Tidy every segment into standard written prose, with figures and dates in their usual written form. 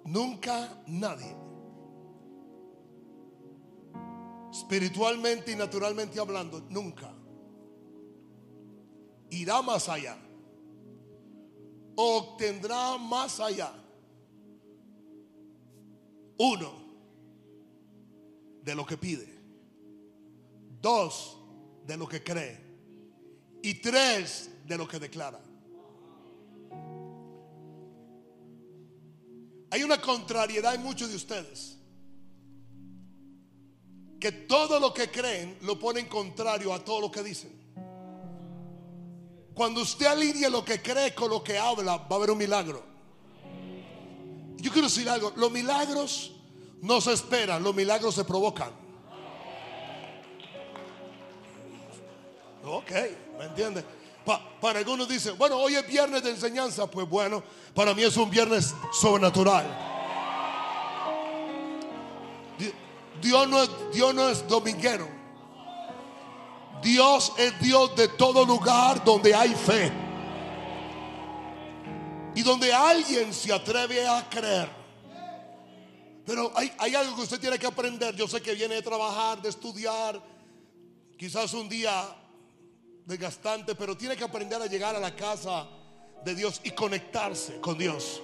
Nunca nadie, espiritualmente y naturalmente hablando, nunca irá más allá, obtendrá más allá. Uno, de lo que pide. Dos, de lo que cree. Y tres, de lo que declara. Hay una contrariedad en muchos de ustedes, que todo lo que creen lo ponen contrario a todo lo que dicen. Cuando usted alinea lo que cree con lo que habla, va a haber un milagro. Yo quiero decir algo: los milagros no se esperan, los milagros se provocan. Ok, ¿me entiende? Para algunos dicen, bueno, hoy es viernes de enseñanza. Pues bueno, para mí es un viernes sobrenatural. Dios no es dominguero. Dios es Dios de todo lugar donde hay fe y donde alguien se atreve a creer. Pero hay algo que usted tiene que aprender. Yo sé que viene de trabajar, de estudiar, quizás un día desgastante, pero tiene que aprender a llegar a la casa de Dios y conectarse con Dios.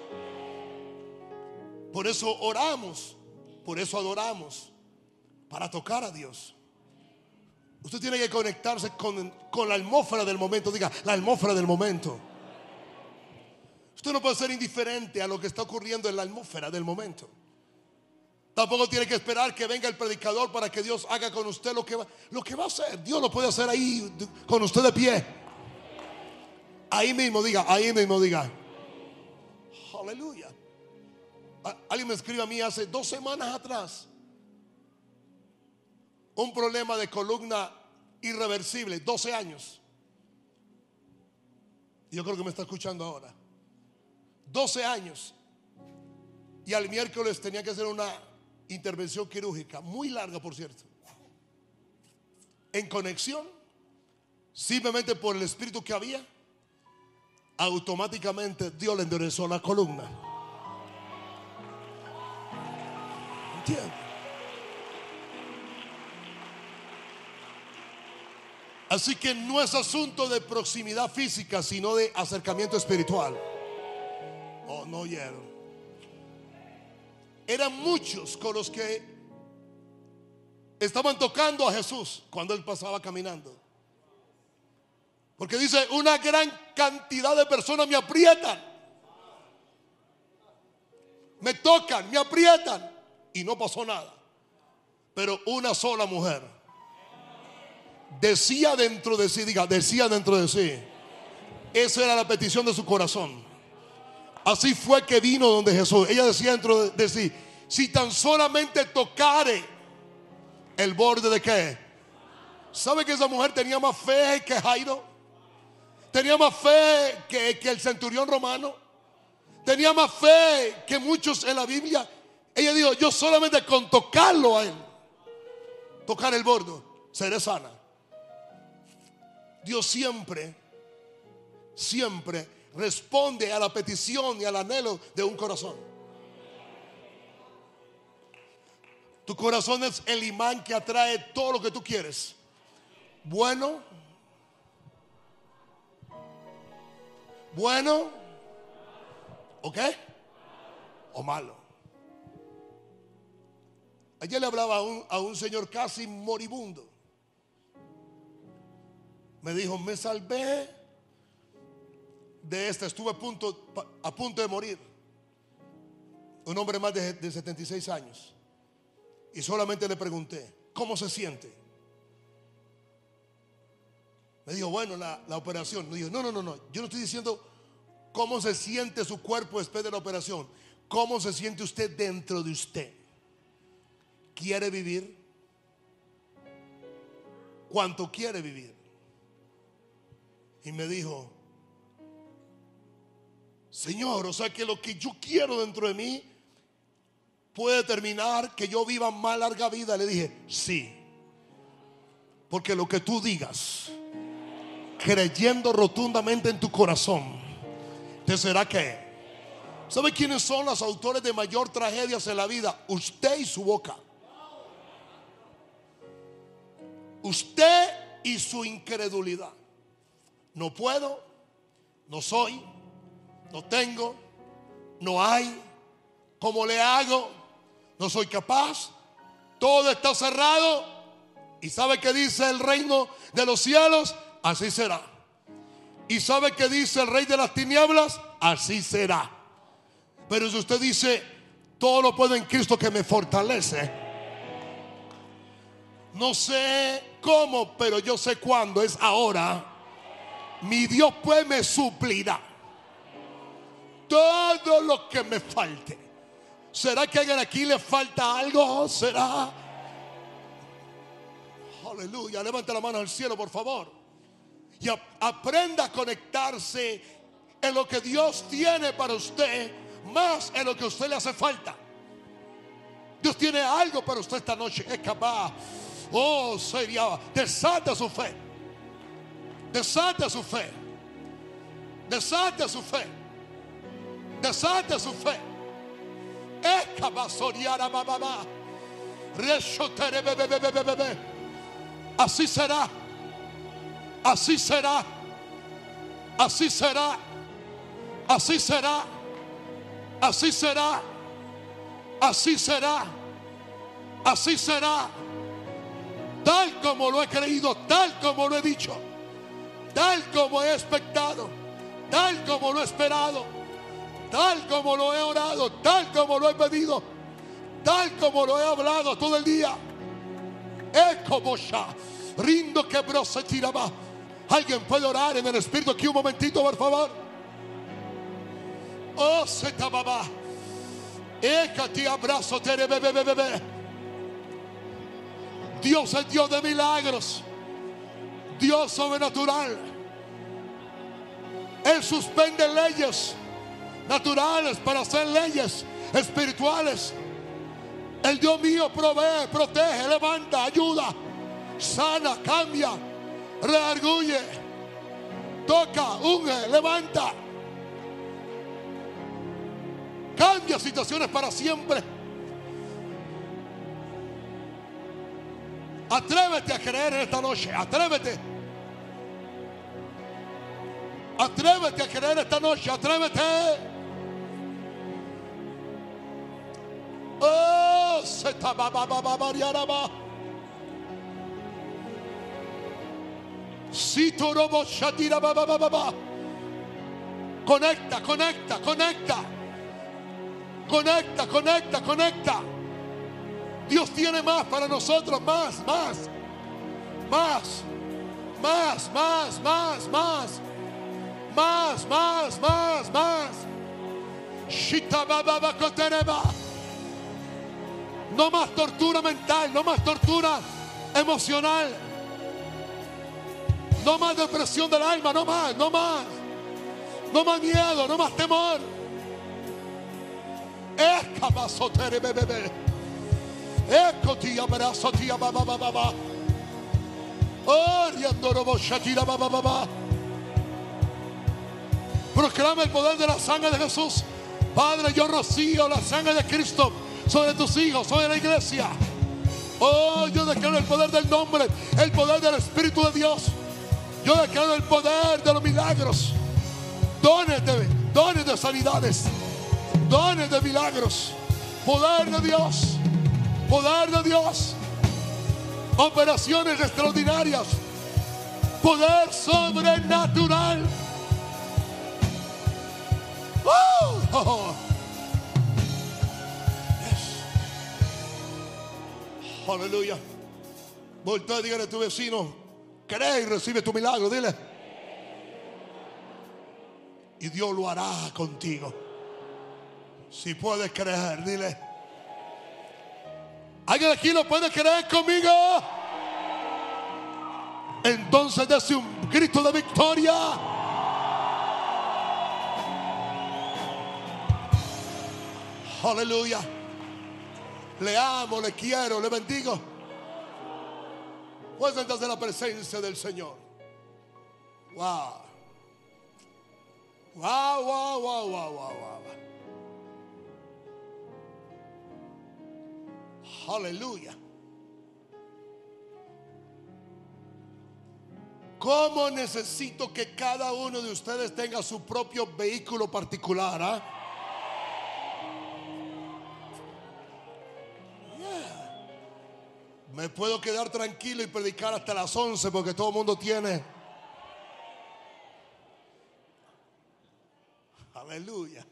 Por eso oramos, por eso adoramos, para tocar a Dios. Usted tiene que conectarse con la atmósfera del momento. Diga, la atmósfera del momento. Usted no puede ser indiferente a lo que está ocurriendo en la atmósfera del momento. Tampoco tiene que esperar que venga el predicador para que Dios haga con usted lo que va a hacer. Dios lo puede hacer ahí con usted de pie. Ahí mismo diga, ahí mismo diga. Aleluya. Alguien me escribe a mí hace 2 semanas atrás: un problema de columna irreversible, 12 años. Yo creo que me está escuchando ahora. 12 años. Y al miércoles tenía que hacer una intervención quirúrgica, muy larga, por cierto, en conexión, simplemente por el espíritu que había. Automáticamente Dios le enderezó la columna. ¿Entiendes? Así que no es asunto de proximidad física, sino de acercamiento espiritual. Oh, no oyeron. Eran muchos con los que estaban tocando a Jesús cuando Él pasaba caminando. Porque dice, una gran cantidad de personas me aprietan, me tocan, me aprietan, y no pasó nada. Pero una sola mujer decía dentro de sí, diga, decía dentro de sí. Esa era la petición de su corazón. Así fue que vino donde Jesús. Ella decía dentro de sí: si tan solamente tocare el borde de qué. ¿Sabe que esa mujer tenía más fe que Jairo? Tenía más fe que el centurión romano. Tenía más fe que muchos en la Biblia. Ella dijo: yo solamente con tocarlo a él, tocar el borde, seré sana. Dios siempre responde a la petición y al anhelo de un corazón. Tu corazón es el imán que atrae todo lo que tú quieres, bueno, ¿ok? O malo. Ayer le hablaba a un señor casi moribundo. Me dijo: me salvé de esta, estuve a punto de morir. Un hombre más de 76 años. Y solamente le pregunté: ¿cómo se siente? Me dijo: bueno, la operación. Me dijo: no, yo no estoy diciendo cómo se siente su cuerpo después de la operación. ¿Cómo se siente usted dentro de usted? ¿Quiere vivir? ¿Cuánto quiere vivir? Y me dijo: Señor, o sea que lo que yo quiero dentro de mí puede determinar que yo viva más larga vida. Le dije: sí, porque lo que tú digas, creyendo rotundamente en tu corazón, te será que ¿Sabe quiénes son los autores de mayor tragedias en la vida? Usted y su boca. Usted y su incredulidad. No puedo, no soy, no tengo, no hay. ¿Cómo le hago? No soy capaz. Todo está cerrado. ¿Y sabe qué dice el reino de los cielos? Así será. ¿Y sabe qué dice el rey de las tinieblas? Así será. Pero si usted dice, todo lo puedo en Cristo que me fortalece, no sé cómo, pero yo sé cuándo, es ahora. Mi Dios pues me suplirá todo lo que me falte. ¿Será que a alguien aquí le falta algo? ¿Será? Aleluya. Levante la mano al cielo, por favor. Y aprenda a conectarse en lo que Dios tiene para usted, más en lo que a usted le hace falta. Dios tiene algo para usted esta noche. Es capaz. Oh, sería. Desata su fe. Desata su fe. Desata su fe. Desata su fe. Es capaz. Soriara bababa. Reshotere bebebebebebe. Así será. Así será. Así será. Así será. Así será. Así será. Así será. Tal como lo he creído, tal como lo he dicho, tal como he expectado, tal como lo he esperado, tal como lo he orado, tal como lo he pedido, tal como lo he hablado todo el día. Es como ya. Rindo que bro se tiraba. Alguien puede orar en el espíritu aquí un momentito, por favor. Oh, se tababa. Écate abrazo, tere bebe bebe. Dios es Dios de milagros. Dios sobrenatural. Él suspende leyes naturales para hacer leyes espirituales. El Dios mío provee, protege, levanta, ayuda, sana, cambia, reargulle, toca, unge, levanta, cambia situaciones para siempre. Atrévete a creer en esta noche. Atrévete. Atrévete a creer esta noche. Atrévete. Oh, se está bababababariaraba. Si tu robo shatira babababa. Conecta, conecta, conecta. Conecta, conecta, conecta. Dios tiene más para nosotros, más, más, más, más, más, más, más, más, más, más, más. No más tortura mental, no más tortura emocional, no más depresión del alma, no más, no más, no más miedo, no más temor. Escabasotere bebé. Ecco ti abrazo ti babababa. Oriandorobo shatira babababa. Proclama el poder de la sangre de Jesús. Padre, yo rocío la sangre de Cristo sobre tus hijos, sobre la iglesia. Oh, yo declaro el poder del nombre, el poder del Espíritu de Dios. Yo declaro el poder de los milagros. Dones de sanidades, dones de milagros. Poder de Dios. Poder de Dios, operaciones extraordinarias, poder sobrenatural. Oh. Yes. Aleluya. Voltea y dígale a tu vecino, cree y recibe tu milagro, dile. Y Dios lo hará contigo. Si puedes creer, dile. ¿Alguien aquí lo puede creer conmigo? Entonces dése un grito de victoria. Aleluya. Le amo, le quiero, le bendigo. Pues entonces la presencia del Señor. Wow. Wow, wow, wow, wow, wow, wow. Aleluya. ¿Cómo necesito que cada uno de ustedes tenga su propio vehículo particular? Yeah. Me puedo quedar tranquilo y predicar hasta las 11 porque todo el mundo tiene. Aleluya.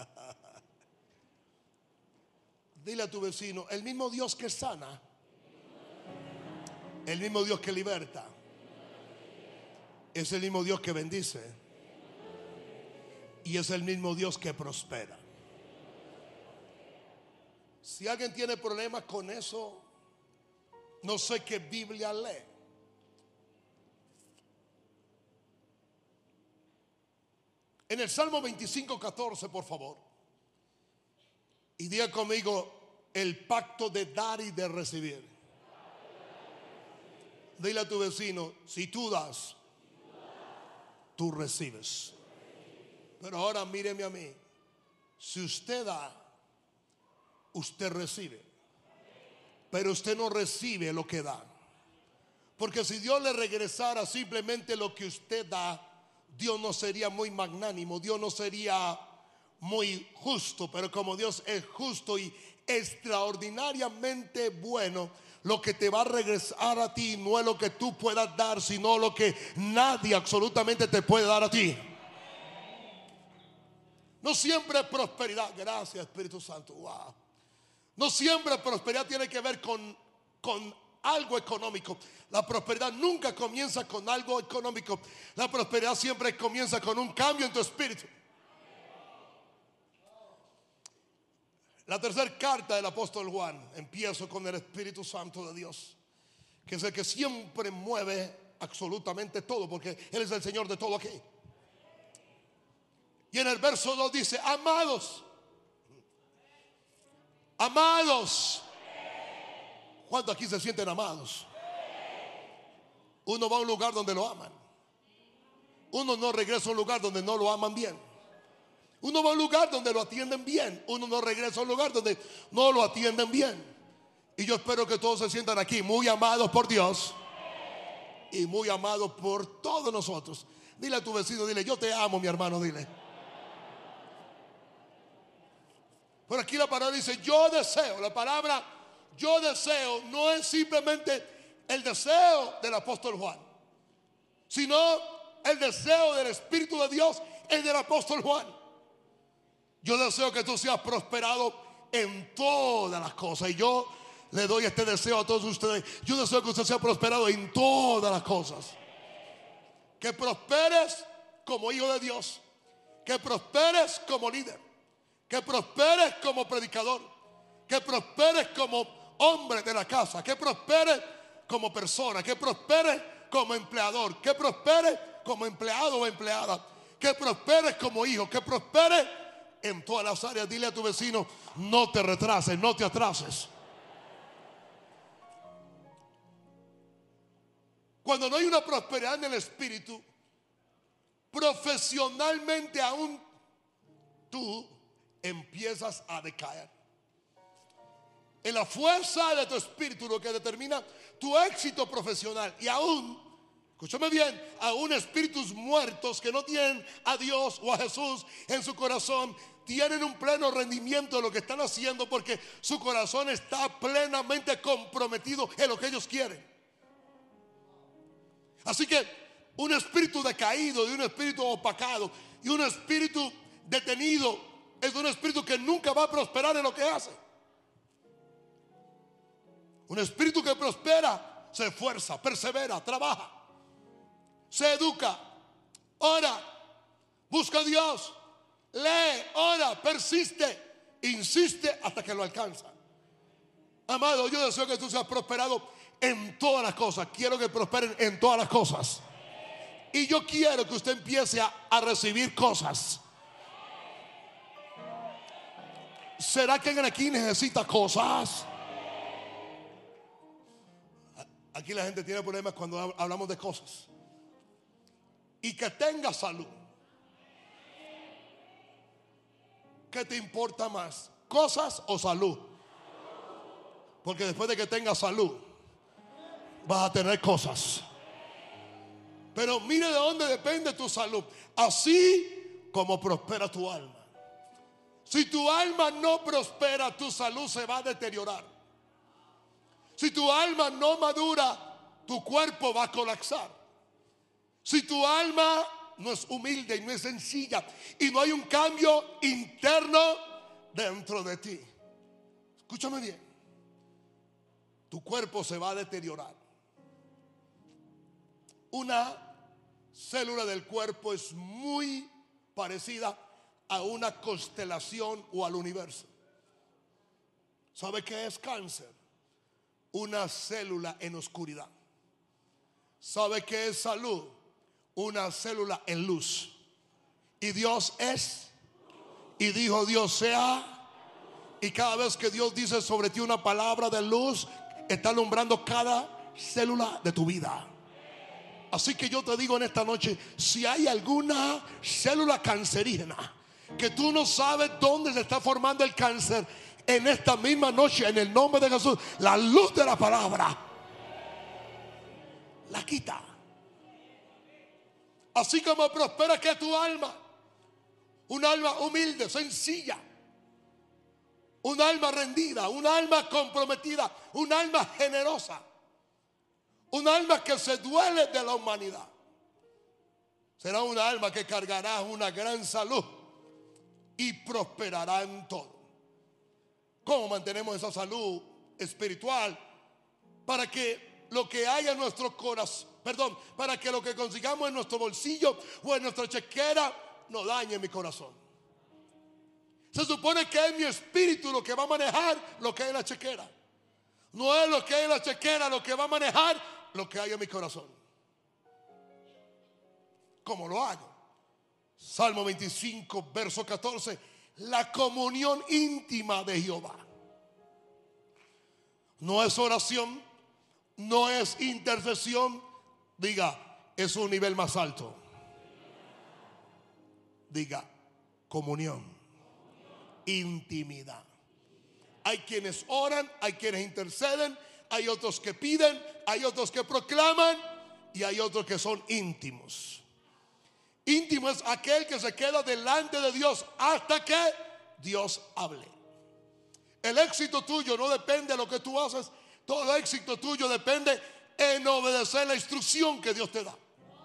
Dile a tu vecino: el mismo Dios que sana, el mismo Dios que liberta, es el mismo Dios que bendice y es el mismo Dios que prospera. Si alguien tiene problemas con eso, no sé qué Biblia lee. En el Salmo 25:14, por favor, y diga conmigo: el pacto de dar y de recibir. Dile a tu vecino: si tú das, tú recibes. Pero ahora míreme a mí. Si usted da, usted recibe. Pero usted no recibe lo que da. Porque si Dios le regresara simplemente lo que usted da, Dios no sería muy magnánimo, Dios no sería muy justo. Pero como Dios es justo y extraordinariamente bueno, lo que te va a regresar a ti no es lo que tú puedas dar, sino lo que nadie absolutamente te puede dar a ti. No siempre prosperidad, gracias Espíritu Santo, wow. No siempre prosperidad tiene que ver con algo económico. La prosperidad nunca comienza con algo económico. La prosperidad siempre comienza con un cambio en tu espíritu. La tercera carta del apóstol Juan, empiezo con el Espíritu Santo de Dios, que es el que siempre mueve absolutamente todo, porque Él es el Señor de todo aquí. Y en el verso 2 dice: amados, amados. ¿Cuántos aquí se sienten amados? Uno va a un lugar donde lo aman. Uno no regresa a un lugar donde no lo aman bien. Uno va a un lugar donde lo atienden bien. Uno no regresa a un lugar donde no lo atienden bien. Y yo espero que todos se sientan aquí muy amados por Dios y muy amados por todos nosotros. Dile a tu vecino, dile: yo te amo, mi hermano, dile. Por aquí la palabra dice: yo deseo. La palabra yo deseo no es simplemente el deseo del apóstol Juan, sino el deseo del Espíritu de Dios es del apóstol Juan. Yo deseo que tú seas prosperado en todas las cosas. Y yo le doy este deseo a todos ustedes. Yo deseo que usted sea prosperado en todas las cosas. Que prosperes como hijo de Dios. Que prosperes como líder. Que prosperes como predicador. Que prosperes como hombre de la casa. Que prosperes como persona. Que prosperes como empleador. Que prosperes como empleado o empleada. Que prosperes como hijo. Que prosperes en todas las áreas. Dile a tu vecino: no te retrases, no te atrases. Cuando no hay una prosperidad en el espíritu, profesionalmente aún tú empiezas a decaer. En la fuerza de tu espíritu, lo que determina tu éxito profesional. Y aún, escúchame bien, aún espíritus muertos que no tienen a Dios o a Jesús en su corazón, tienen un pleno rendimiento de lo que están haciendo, porque su corazón está plenamente comprometido en lo que ellos quieren. Así que un espíritu decaído y un espíritu opacado y un espíritu detenido es un espíritu que nunca va a prosperar en lo que hace. Un espíritu que prospera se esfuerza, persevera, trabaja, se educa, ora, busca a Dios, lee, ora, persiste, insiste hasta que lo alcanza. Amado, yo deseo que tú seas prosperado en todas las cosas. Quiero que prosperen en todas las cosas. Y yo quiero que usted empiece a recibir cosas. ¿Será que alguien aquí necesita cosas? Aquí la gente tiene problemas cuando hablamos de cosas. Y que tenga salud. ¿Qué te importa más? ¿Cosas o salud? Porque después de que tengas salud, vas a tener cosas. Pero mire de dónde depende tu salud. Así como prospera tu alma. Si tu alma no prospera, tu salud se va a deteriorar. Si tu alma no madura, tu cuerpo va a colapsar. Si tu alma no es humilde y no es sencilla y no hay un cambio interno dentro de ti, escúchame bien, tu cuerpo se va a deteriorar. Una célula del cuerpo es muy parecida a una constelación o al universo. ¿Sabe qué es cáncer? Una célula en oscuridad. ¿Sabe qué es salud? Una célula en luz. Y Dios es, y dijo Dios sea. Y cada vez que Dios dice sobre ti una palabra de luz, está alumbrando cada célula de tu vida. Así que yo te digo en esta noche, si hay alguna célula cancerígena que tú no sabes dónde se está formando el cáncer, en esta misma noche, en el nombre de Jesús, la luz de la palabra la quita. Así como prospera que tu alma, un alma humilde, sencilla, un alma rendida, un alma comprometida, un alma generosa, un alma que se duele de la humanidad, será un alma que cargará una gran salud y prosperará en todo. ¿Cómo mantenemos esa salud espiritual? Para que lo que haya en nuestro corazón, para que lo que consigamos en nuestro bolsillo o en nuestra chequera no dañe mi corazón. Se supone que es mi espíritu lo que va a manejar lo que hay en la chequera. No es lo que hay en la chequera lo que va a manejar lo que hay en mi corazón. ¿Cómo lo hago? Salmo 25, verso 14. La comunión íntima de Jehová. No es oración, no es intercesión. Diga, es un nivel más alto. Diga, comunión, intimidad. Hay quienes oran, hay quienes interceden, hay otros que piden, hay otros que proclaman y hay otros que son íntimos. Íntimo es aquel que se queda delante de Dios hasta que Dios hable. El éxito tuyo no depende de lo que tú haces. Todo éxito tuyo depende en obedecer la instrucción que Dios te da.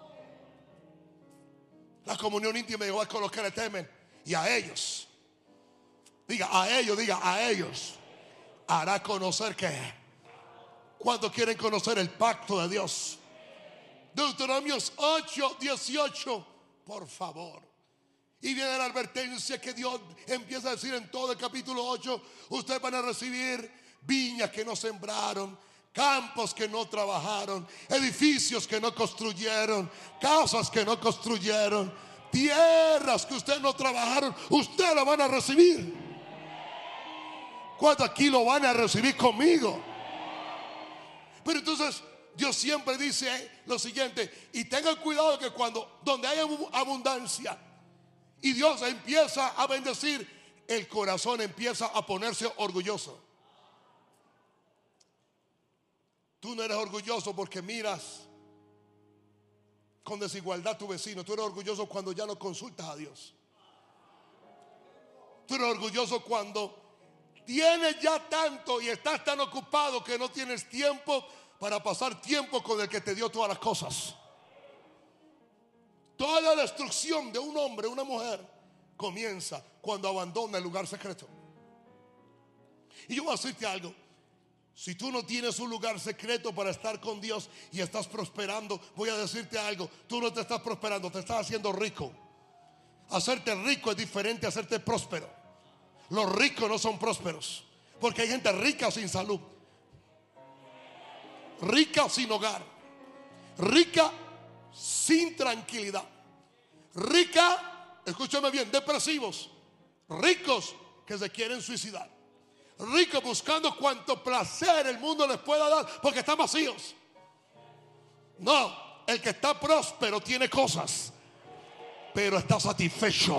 La comunión íntima de Jehová es con los que le temen, y a ellos, diga a ellos hará conocer que. ¿Cuántos quieren conocer el pacto de Dios? Deuteronomios 8, 18, por favor. Y viene la advertencia que Dios empieza a decir en todo el capítulo 8. Ustedes van a recibir viñas que no sembraron, campos que no trabajaron, edificios que no construyeron, casas que no construyeron, tierras que ustedes no trabajaron. Ustedes la van a recibir. ¿Cuántos aquí lo van a recibir conmigo? Pero entonces Dios siempre dice lo siguiente: y tengan cuidado que donde hay abundancia y Dios empieza a bendecir, el corazón empieza a ponerse orgulloso. Tú no eres orgulloso porque miras con desigualdad a tu vecino. Tú eres orgulloso cuando ya no consultas a Dios. Tú eres orgulloso cuando tienes ya tanto y estás tan ocupado que no tienes tiempo para pasar tiempo con el que te dio todas las cosas. Toda la destrucción de un hombre, una mujer, comienza cuando abandona el lugar secreto. Y yo voy a decirte algo: si tú no tienes un lugar secreto para estar con Dios y estás prosperando, voy a decirte algo: tú no te estás prosperando, te estás haciendo rico. Hacerte rico es diferente a hacerte próspero. Los ricos no son prósperos, porque hay gente rica sin salud, rica sin hogar, rica sin tranquilidad, rica, escúchame bien, depresivos, ricos que se quieren suicidar, ricos buscando cuanto placer el mundo les pueda dar porque están vacíos. No, el que está próspero tiene cosas, pero está satisfecho.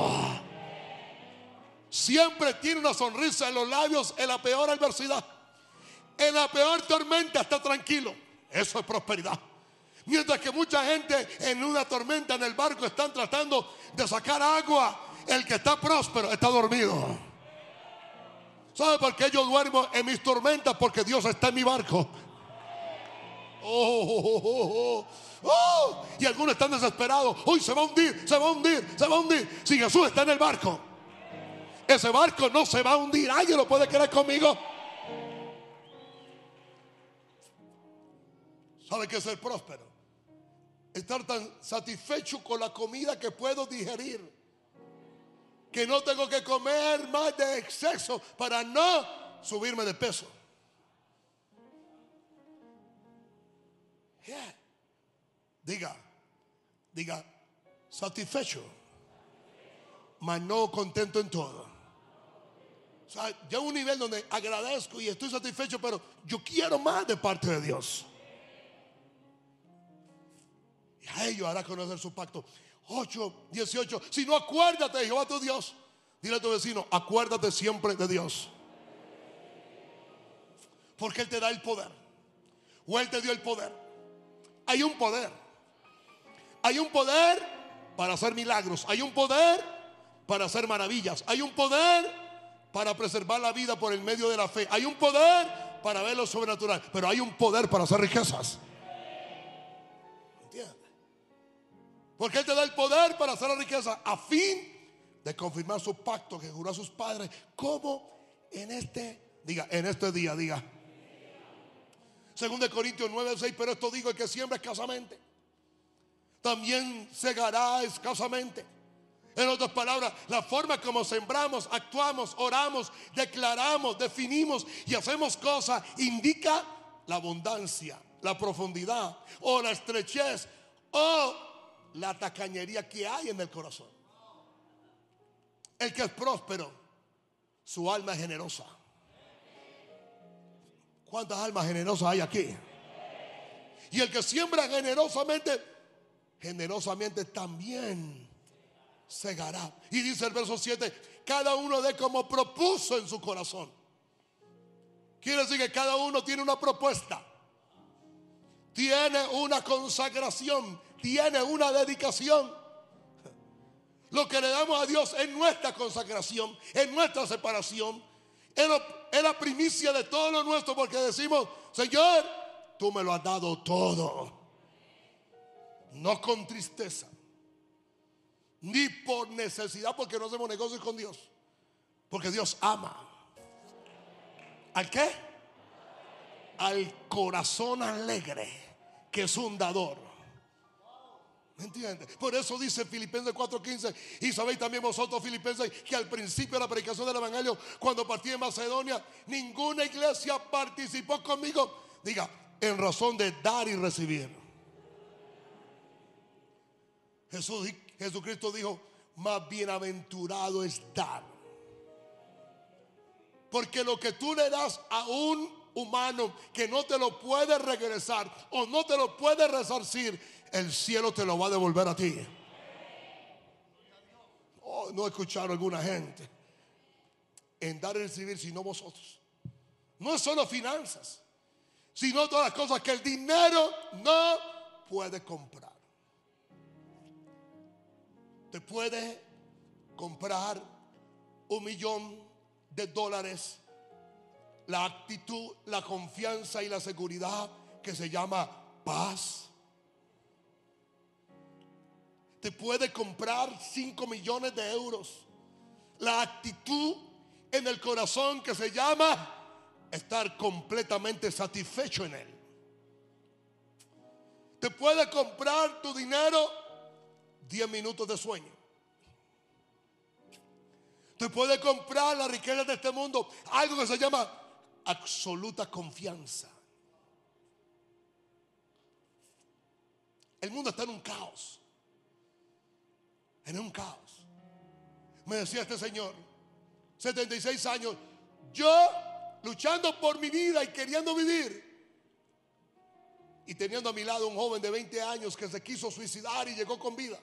Siempre tiene una sonrisa en los labios en la peor adversidad. en la peor tormenta está tranquilo. Eso es prosperidad. Mientras que mucha gente en una tormenta en el barco están tratando de sacar agua, el que está próspero está dormido. ¿Sabe por qué yo duermo en mis tormentas? Porque Dios está en mi barco. Y algunos están desesperados. Uy, se va a hundir, se va a hundir, se va a hundir. Si Jesús está en el barco, ese barco no se va a hundir. ¿Alguien lo puede creer conmigo? ¿Sabe qué es ser próspero? Estar tan satisfecho con la comida que puedo digerir, que no tengo que comer más de exceso para no subirme de peso. Yeah. Diga, satisfecho, mas no contento en todo. O sea, ya un nivel donde agradezco y estoy satisfecho, pero yo quiero más de parte de Dios. Y a ellos hará conocer su pacto. 8:18. Si no, acuérdate de Jehová tu Dios. Dile a tu vecino, acuérdate siempre de Dios. Porque Él te da el poder. O Él te dio el poder. Hay un poder. Hay un poder para hacer milagros. Hay un poder para hacer maravillas. Hay un poder para preservar la vida por el medio de la fe. Hay un poder para ver lo sobrenatural. Pero hay un poder para hacer riquezas. ¿Entiendes? Porque Él te da el poder para hacer la riqueza a fin de confirmar su pacto que juró a sus padres. Como en este día, diga. 2 Corintios 9:6. Pero esto digo: el que siembra escasamente, también segará escasamente. En otras palabras, la forma como sembramos, actuamos, oramos, declaramos, definimos y hacemos cosas indica la abundancia, la profundidad o la estrechez o la tacañería que hay en el corazón. El que es próspero, su alma es generosa. ¿Cuántas almas generosas hay aquí? Y el que siembra generosamente también segará. Y dice el verso 7: cada uno dé como propuso en su corazón. Quiere decir que cada uno tiene una propuesta, tiene una consagración, tiene una dedicación. Lo que le damos a Dios es nuestra consagración, es nuestra separación, es la primicia de todo lo nuestro, porque decimos: Señor, tú me lo has dado todo. No con tristeza, ni por necesidad, porque no hacemos negocios con Dios, porque Dios ama. ¿Al qué? Al corazón alegre, que es un dador. ¿Me entiendes? Por eso dice Filipenses 4:15. Y sabéis también vosotros, Filipenses, que al principio de la predicación del evangelio, cuando partí de Macedonia, ninguna iglesia participó conmigo, diga, en razón de dar y recibir. Jesucristo dijo: más bienaventurado es dar. Porque lo que tú le das a un humano que no te lo puede regresar o no te lo puede resarcir, el cielo te lo va a devolver a ti. Oh, no escucharon alguna gente en dar y recibir, sino vosotros. No es solo finanzas, sino todas las cosas que el dinero no puede comprar. Te puede comprar $1,000,000, la actitud, la confianza y la seguridad que se llama paz. Te puede comprar 5 millones de euros, la actitud en el corazón que se llama estar completamente satisfecho en Él. Te puede comprar tu dinero 10 minutos de sueño. Te puede comprar la riqueza de este mundo, algo que se llama absoluta confianza. El mundo está en un caos. En un caos. Me decía este señor, 76 años, yo luchando por mi vida y queriendo vivir, y teniendo a mi lado un joven de 20 años que se quiso suicidar y llegó con vida.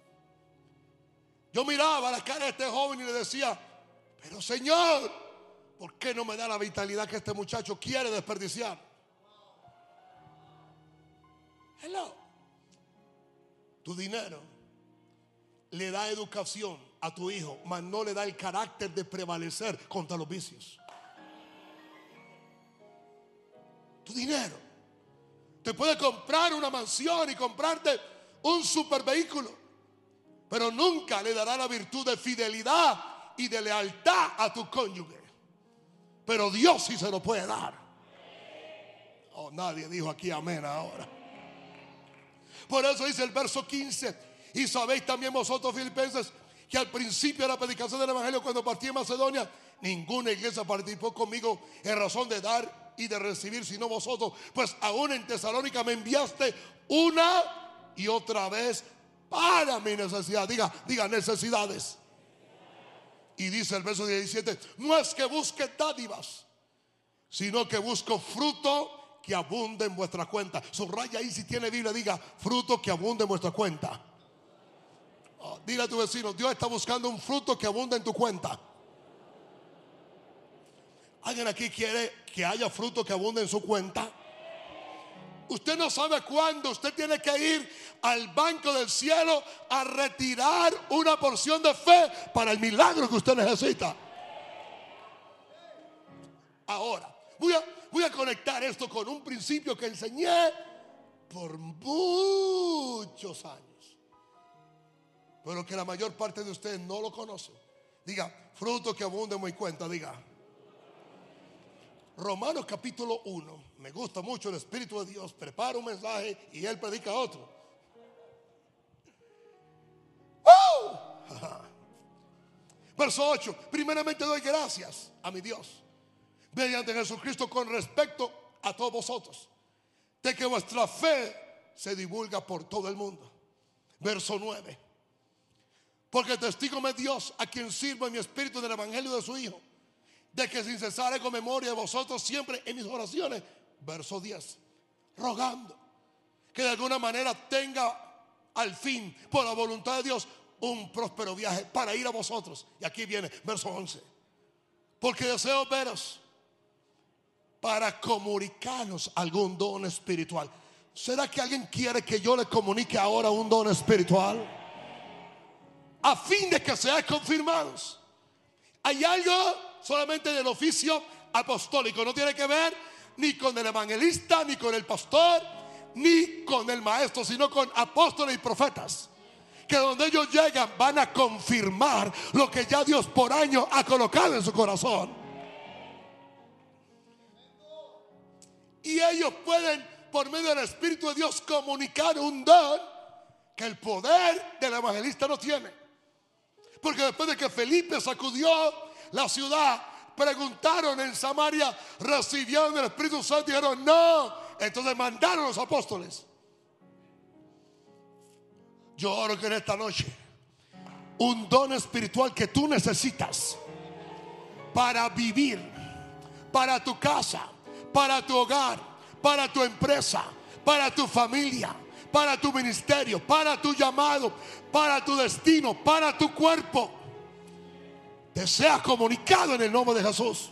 Yo miraba la cara de este joven y le decía: pero Señor, ¿Por qué no me da la vitalidad que este muchacho quiere desperdiciar? Hello. Tu dinero le da educación a tu hijo, mas no le da el carácter de prevalecer contra los vicios. Tu dinero te puede comprar una mansión y comprarte un super vehículo, pero nunca le dará la virtud de fidelidad y de lealtad a tu cónyuge. Pero Dios sí se lo puede dar. Oh, nadie dijo aquí amén ahora. Por eso dice el verso 15: y sabéis también vosotros, filipenses, que al principio de la predicación del evangelio, cuando partí en Macedonia, ninguna iglesia participó conmigo en razón de dar y de recibir, sino vosotros, pues aún en Tesalónica me enviaste una y otra vez para mi necesidad. Diga necesidades. Y dice el verso 17: no es que busque dádivas, sino que busco fruto que abunde en vuestra cuenta. Subraya ahí si tiene Biblia, diga fruto que abunde en vuestra cuenta. Oh, dile a tu vecino: Dios está buscando un fruto que abunde en tu cuenta. ¿Alguien aquí quiere que haya fruto que abunde en su cuenta? Usted no sabe cuándo usted tiene que ir al banco del cielo a retirar una porción de fe para el milagro que usted necesita. Ahora, voy a conectar esto con un principio que enseñé por muchos años, pero que la mayor parte de ustedes no lo conocen. Diga, fruto que abunde en mi cuenta, diga. Romanos capítulo 1. Me gusta mucho el Espíritu de Dios. Prepara un mensaje y él predica otro. Verso 8. Primeramente doy gracias a mi Dios mediante Jesucristo con respecto a todos vosotros, de que vuestra fe se divulga por todo el mundo. Verso 9. Porque testigo me Dios, a quien sirvo en mi espíritu del evangelio de su Hijo, de que sin cesar hago memoria de vosotros siempre en mis oraciones. Verso 10. Rogando que de alguna manera tenga al fin, por la voluntad de Dios, un próspero viaje para ir a vosotros. Y aquí viene verso 11. Porque deseo veros para comunicarnos algún don espiritual. ¿Será que alguien quiere que yo le comunique ahora un don espiritual? A fin de que seáis confirmados. Hay algo solamente del oficio apostólico. No tiene que ver ni con el evangelista, ni con el pastor, ni con el maestro, sino con apóstoles y profetas, que donde ellos llegan van a confirmar lo que ya Dios por años ha colocado en su corazón. Y ellos pueden, por medio del Espíritu de Dios, comunicar un don que el poder del evangelista no tiene. Porque después de que Felipe sacudió la ciudad, preguntaron en Samaria, ¿recibieron el Espíritu Santo? Y dijeron no. Entonces mandaron a los apóstoles. Yo oro que en esta noche un don espiritual que tú necesitas para vivir, para tu casa, para tu hogar, para tu empresa, para tu familia, para tu ministerio, para tu llamado, para tu destino, para tu cuerpo, te sea comunicado en el nombre de Jesús.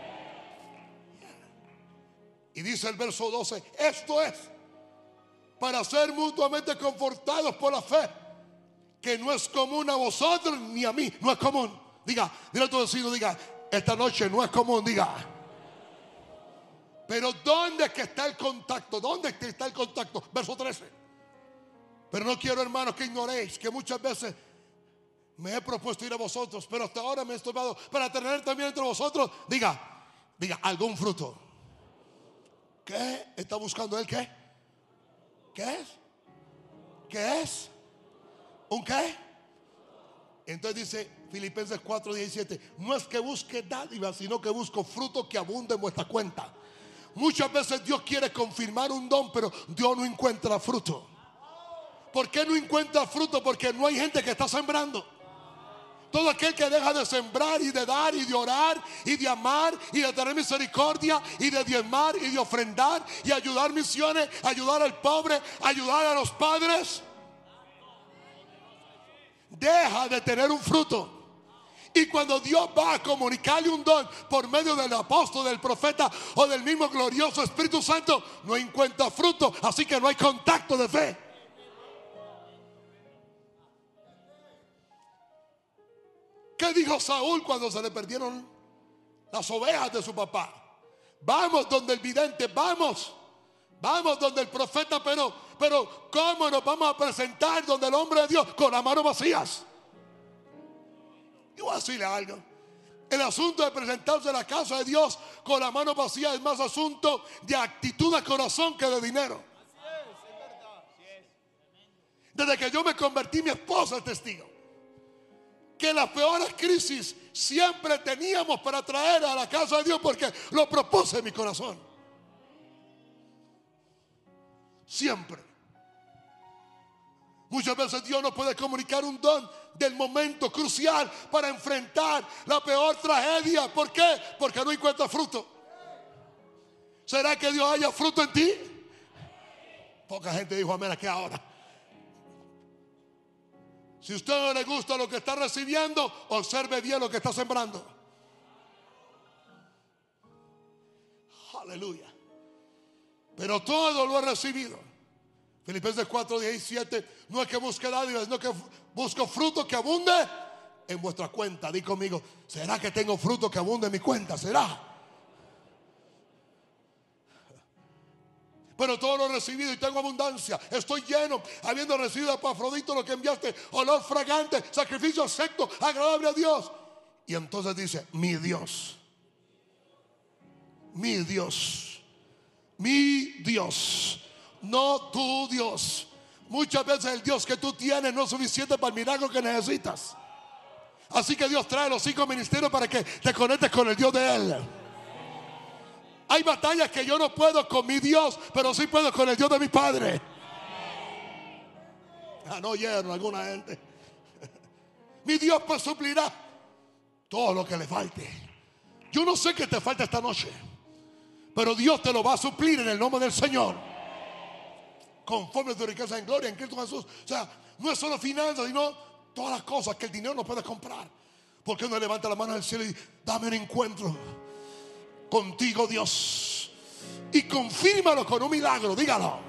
Y dice el verso 12: esto es para ser mutuamente confortados por la fe, que no es común a vosotros ni a mí. No es común. Diga, dile a tu vecino, diga, esta noche no es común, diga. Pero ¿dónde es que está el contacto? ¿Dónde es que está el contacto? Verso 13. Pero no quiero, hermanos, que ignoréis que muchas veces me he propuesto ir a vosotros, pero hasta ahora me he estorbado para tener también entre vosotros, diga, algún fruto. ¿Qué está buscando él? ¿Qué? ¿Qué es? ¿Qué es? ¿Un qué? Entonces dice Filipenses 4:17: no es que busque dádivas, sino que busco fruto que abunde en vuestra cuenta. Muchas veces Dios quiere confirmar un don, pero Dios no encuentra fruto. ¿Por qué no encuentra fruto? Porque no hay gente que está sembrando. Todo aquel que deja de sembrar y de dar y de orar y de amar y de tener misericordia y de diezmar y de ofrendar y ayudar misiones, ayudar al pobre, ayudar a los padres, deja de tener un fruto. Y cuando Dios va a comunicarle un don por medio del apóstol, del profeta o del mismo glorioso Espíritu Santo, no encuentra fruto, así que no hay contacto de fe. ¿Qué dijo Saúl cuando se le perdieron las ovejas de su papá? Vamos donde el vidente, vamos donde el profeta, pero ¿cómo nos vamos a presentar donde el hombre de Dios con las manos vacías? Yo voy a decirle algo. El asunto de presentarse a la casa de Dios con las manos vacías es más asunto de actitud de corazón que de dinero. Desde que yo me convertí, mi esposa es testigo que las peores crisis siempre teníamos para traer a la casa de Dios, porque lo propuse en mi corazón. Siempre. Muchas veces Dios nos puede comunicar un don del momento crucial para enfrentar la peor tragedia. ¿Por qué? Porque no encuentra fruto. ¿Será que Dios haya fruto en ti? Poca gente dijo amén aquí ahora. Si a usted no le gusta lo que está recibiendo, observe bien lo que está sembrando. Aleluya. Pero todo lo he recibido. Filipenses 4:17. No es que busque dádivas, sino que busco fruto que abunde en vuestra cuenta. Di conmigo, ¿será que tengo fruto que abunde en mi cuenta? ¿Será? Pero todo lo he recibido y tengo abundancia. Estoy lleno, habiendo recibido a Epafrodito lo que enviaste, olor fragante, sacrificio acepto, agradable a Dios. Y entonces dice, mi Dios, mi Dios, mi Dios, no tu Dios. Muchas veces el Dios que tú tienes no es suficiente para el milagro que necesitas. Así que Dios trae los 5 ministerios para que te conectes con el Dios de Él. Hay batallas que yo no puedo con mi Dios, pero sí puedo con el Dios de mi Padre. No oyeron alguna gente. Mi Dios pues suplirá todo lo que le falte. Yo no sé qué te falta esta noche, pero Dios te lo va a suplir en el nombre del Señor, conforme a tu riqueza en gloria en Cristo Jesús. O sea, no es solo finanzas, sino todas las cosas que el dinero no puede comprar. ¿Por qué uno levanta la mano al cielo y dame un encuentro contigo, Dios? Y confírmalo con un milagro, dígalo.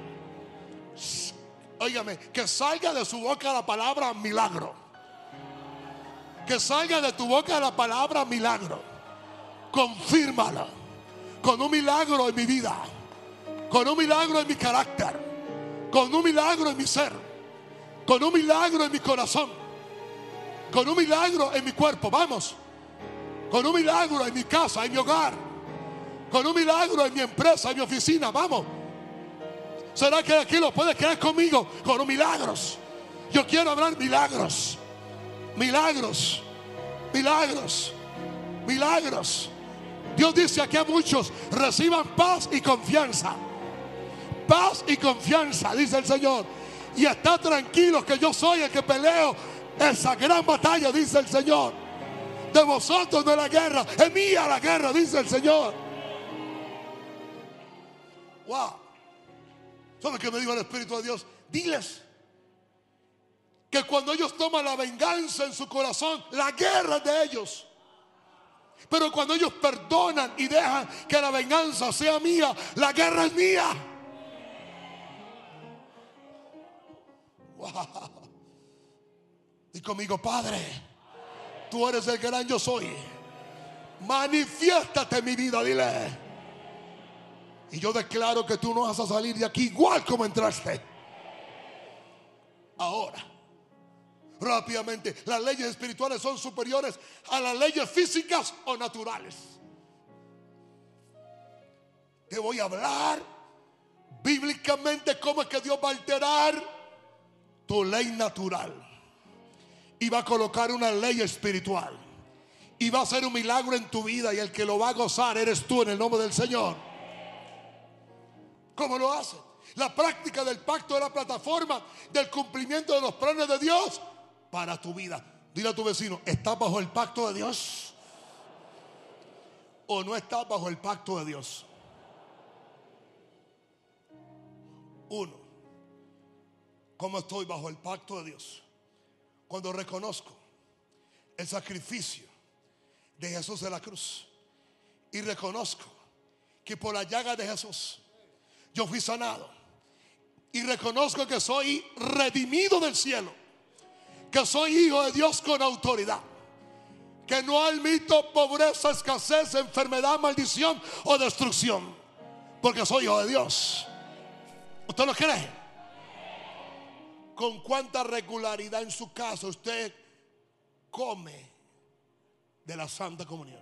Óigame, que salga de su boca la palabra milagro. Que salga de tu boca la palabra milagro. Confírmalo con un milagro en mi vida, con un milagro en mi carácter, con un milagro en mi ser, con un milagro en mi corazón, con un milagro en mi cuerpo. Vamos, con un milagro en mi casa, en mi hogar, con un milagro en mi empresa, en mi oficina. Vamos. ¿Será que aquí lo puedes creer conmigo? Con un milagros. Yo quiero hablar milagros. Milagros. Milagros. Milagros. Dios dice aquí a muchos, reciban paz y confianza. Paz y confianza, dice el Señor. Y está tranquilo que yo soy el que peleo esa gran batalla, dice el Señor. De vosotros no es la guerra, es mía la guerra, dice el Señor. Wow. ¿Sabe qué me dijo el Espíritu de Dios? Diles que cuando ellos toman la venganza en su corazón, la guerra es de ellos. Pero cuando ellos perdonan y dejan que la venganza sea mía, la guerra es mía. Wow. Y conmigo, Padre, tú eres el gran yo soy. Manifiéstate en mi vida, dile. Y yo declaro que tú no vas a salir de aquí igual como entraste. Ahora, rápidamente, las leyes espirituales son superiores a las leyes físicas o naturales. Te voy a hablar bíblicamente cómo es que Dios va a alterar tu ley natural y va a colocar una ley espiritual y va a hacer un milagro en tu vida, y el que lo va a gozar eres tú en el nombre del Señor. ¿Cómo lo hace? La práctica del pacto es la plataforma del cumplimiento de los planes de Dios para tu vida. Dile a tu vecino, ¿estás bajo el pacto de Dios o no estás bajo el pacto de Dios? 1. ¿Cómo estoy bajo el pacto de Dios? Cuando reconozco el sacrificio de Jesús en la cruz y reconozco que por la llaga de Jesús yo fui sanado, y reconozco que soy redimido del cielo, que soy hijo de Dios con autoridad, que no admito pobreza, escasez, enfermedad, maldición o destrucción, porque soy hijo de Dios. ¿Usted lo cree? ¿Con cuánta regularidad en su casa usted come de la Santa Comunión?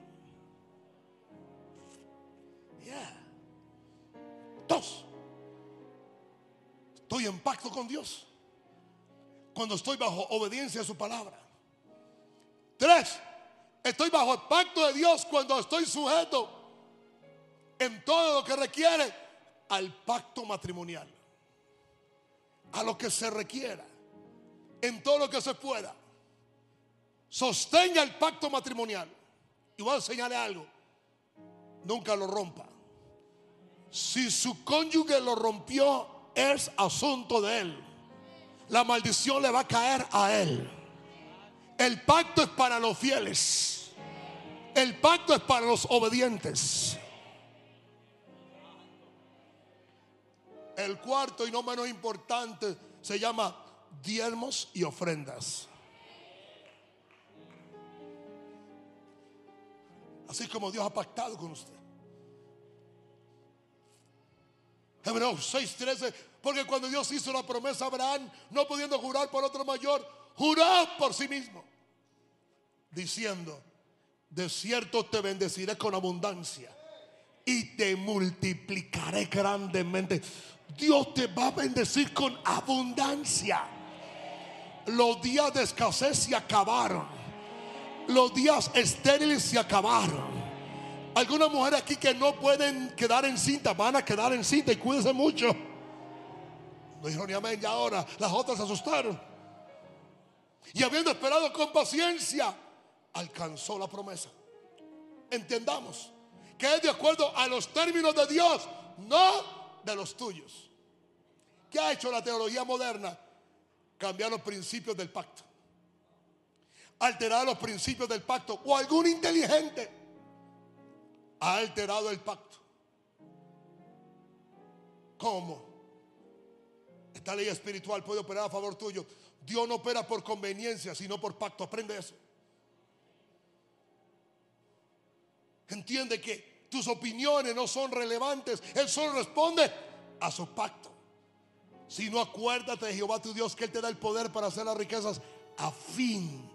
Dos, estoy en pacto con Dios cuando estoy bajo obediencia a su palabra. Tres, estoy bajo el pacto de Dios cuando estoy sujeto en todo lo que requiere al pacto matrimonial, a lo que se requiera, en todo lo que se pueda. Sostenga el pacto matrimonial. Y voy a enseñarle algo: nunca lo rompa. Si su cónyuge lo rompió, es asunto de él. La maldición le va a caer a él. El pacto es para los fieles. El pacto es para los obedientes. El cuarto y no menos importante se llama diezmos y ofrendas. Así como Dios ha pactado con usted. Hebreos 6:13, porque cuando Dios hizo la promesa a Abraham, no pudiendo jurar por otro mayor, juró por sí mismo, diciendo: de cierto te bendeciré con abundancia y te multiplicaré grandemente. Dios te va a bendecir con abundancia. Los días de escasez se acabaron. Los días estériles se acabaron. Algunas mujeres aquí que no pueden quedar encintas van a quedar encintas, y cuídense mucho. No dijeron ni amén. Y ahora las otras se asustaron, y habiendo esperado con paciencia, alcanzó la promesa. Entendamos que es de acuerdo a los términos de Dios, no de los tuyos. ¿Qué ha hecho la teología moderna? Cambiar los principios del pacto, alterar los principios del pacto. O algún inteligente ha alterado el pacto. ¿Cómo? Esta ley espiritual puede operar a favor tuyo. Dios no opera por conveniencia, sino por pacto. Aprende eso. Entiende que tus opiniones no son relevantes. Él solo responde a su pacto. Si no, acuérdate de Jehová tu Dios, que Él te da el poder para hacer las riquezas a fin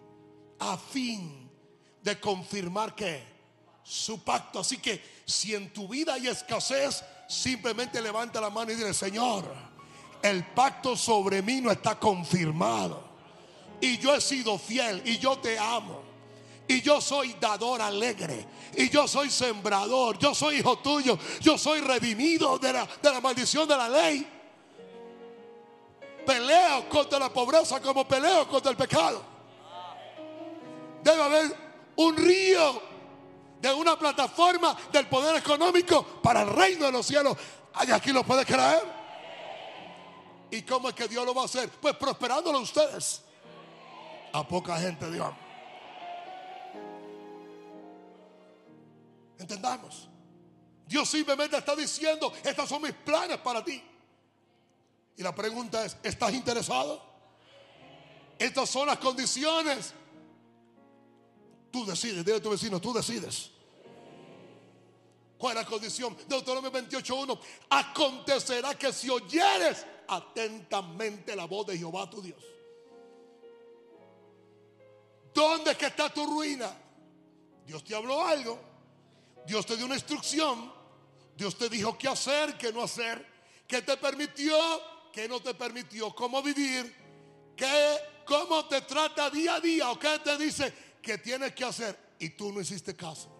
de confirmar que su pacto. Así que si en tu vida hay escasez, simplemente levanta la mano y dile: Señor, el pacto sobre mí no está confirmado, y yo he sido fiel, y yo te amo, y yo soy dador alegre, y yo soy sembrador, yo soy hijo tuyo, yo soy redimido de la maldición de la ley. Peleo contra la pobreza como peleo contra el pecado. Debe haber un río de una plataforma del poder económico para el reino de los cielos. ¿Hay aquí lo puede creer? ¿Y cómo es que Dios lo va a hacer? Pues prosperándolo a ustedes. A poca gente, Dios. Entendamos. Dios simplemente está diciendo: estos son mis planes para ti. Y la pregunta es: ¿estás interesado? Estas son las condiciones. Tú decides. Dile a tu vecino: tú decides. ¿Cuál es la condición? Deuteronomio 28:1. Acontecerá que si oyeres atentamente la voz de Jehová tu Dios. ¿Dónde es que está tu ruina? Dios te habló algo. Dios te dio una instrucción. Dios te dijo qué hacer, qué no hacer, qué te permitió, qué no te permitió, cómo vivir, cómo te trata día a día, o qué te dice que tienes que hacer, y tú no hiciste caso.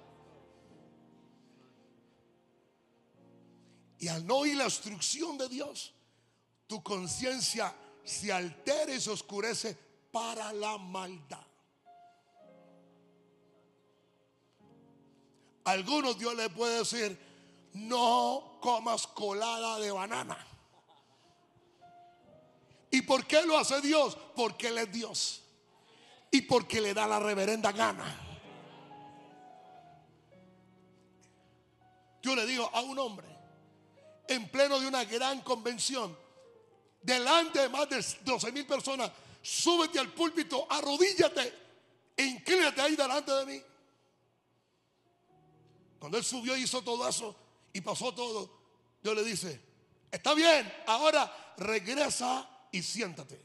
Y al no oír la instrucción de Dios, tu conciencia se altera y se oscurece para la maldad. A algunos Dios le puede decir: no comas colada de banana. ¿Y por qué lo hace Dios? Porque Él es Dios. y porque le da la reverenda gana. Yo le digo a un hombre en pleno de una gran convención, delante de más de 12,000 personas, súbete al púlpito, arrodíllate e inclínate ahí delante de mí. Cuando él subió y hizo todo eso y pasó todo, Dios le dice: está bien, ahora regresa y siéntate.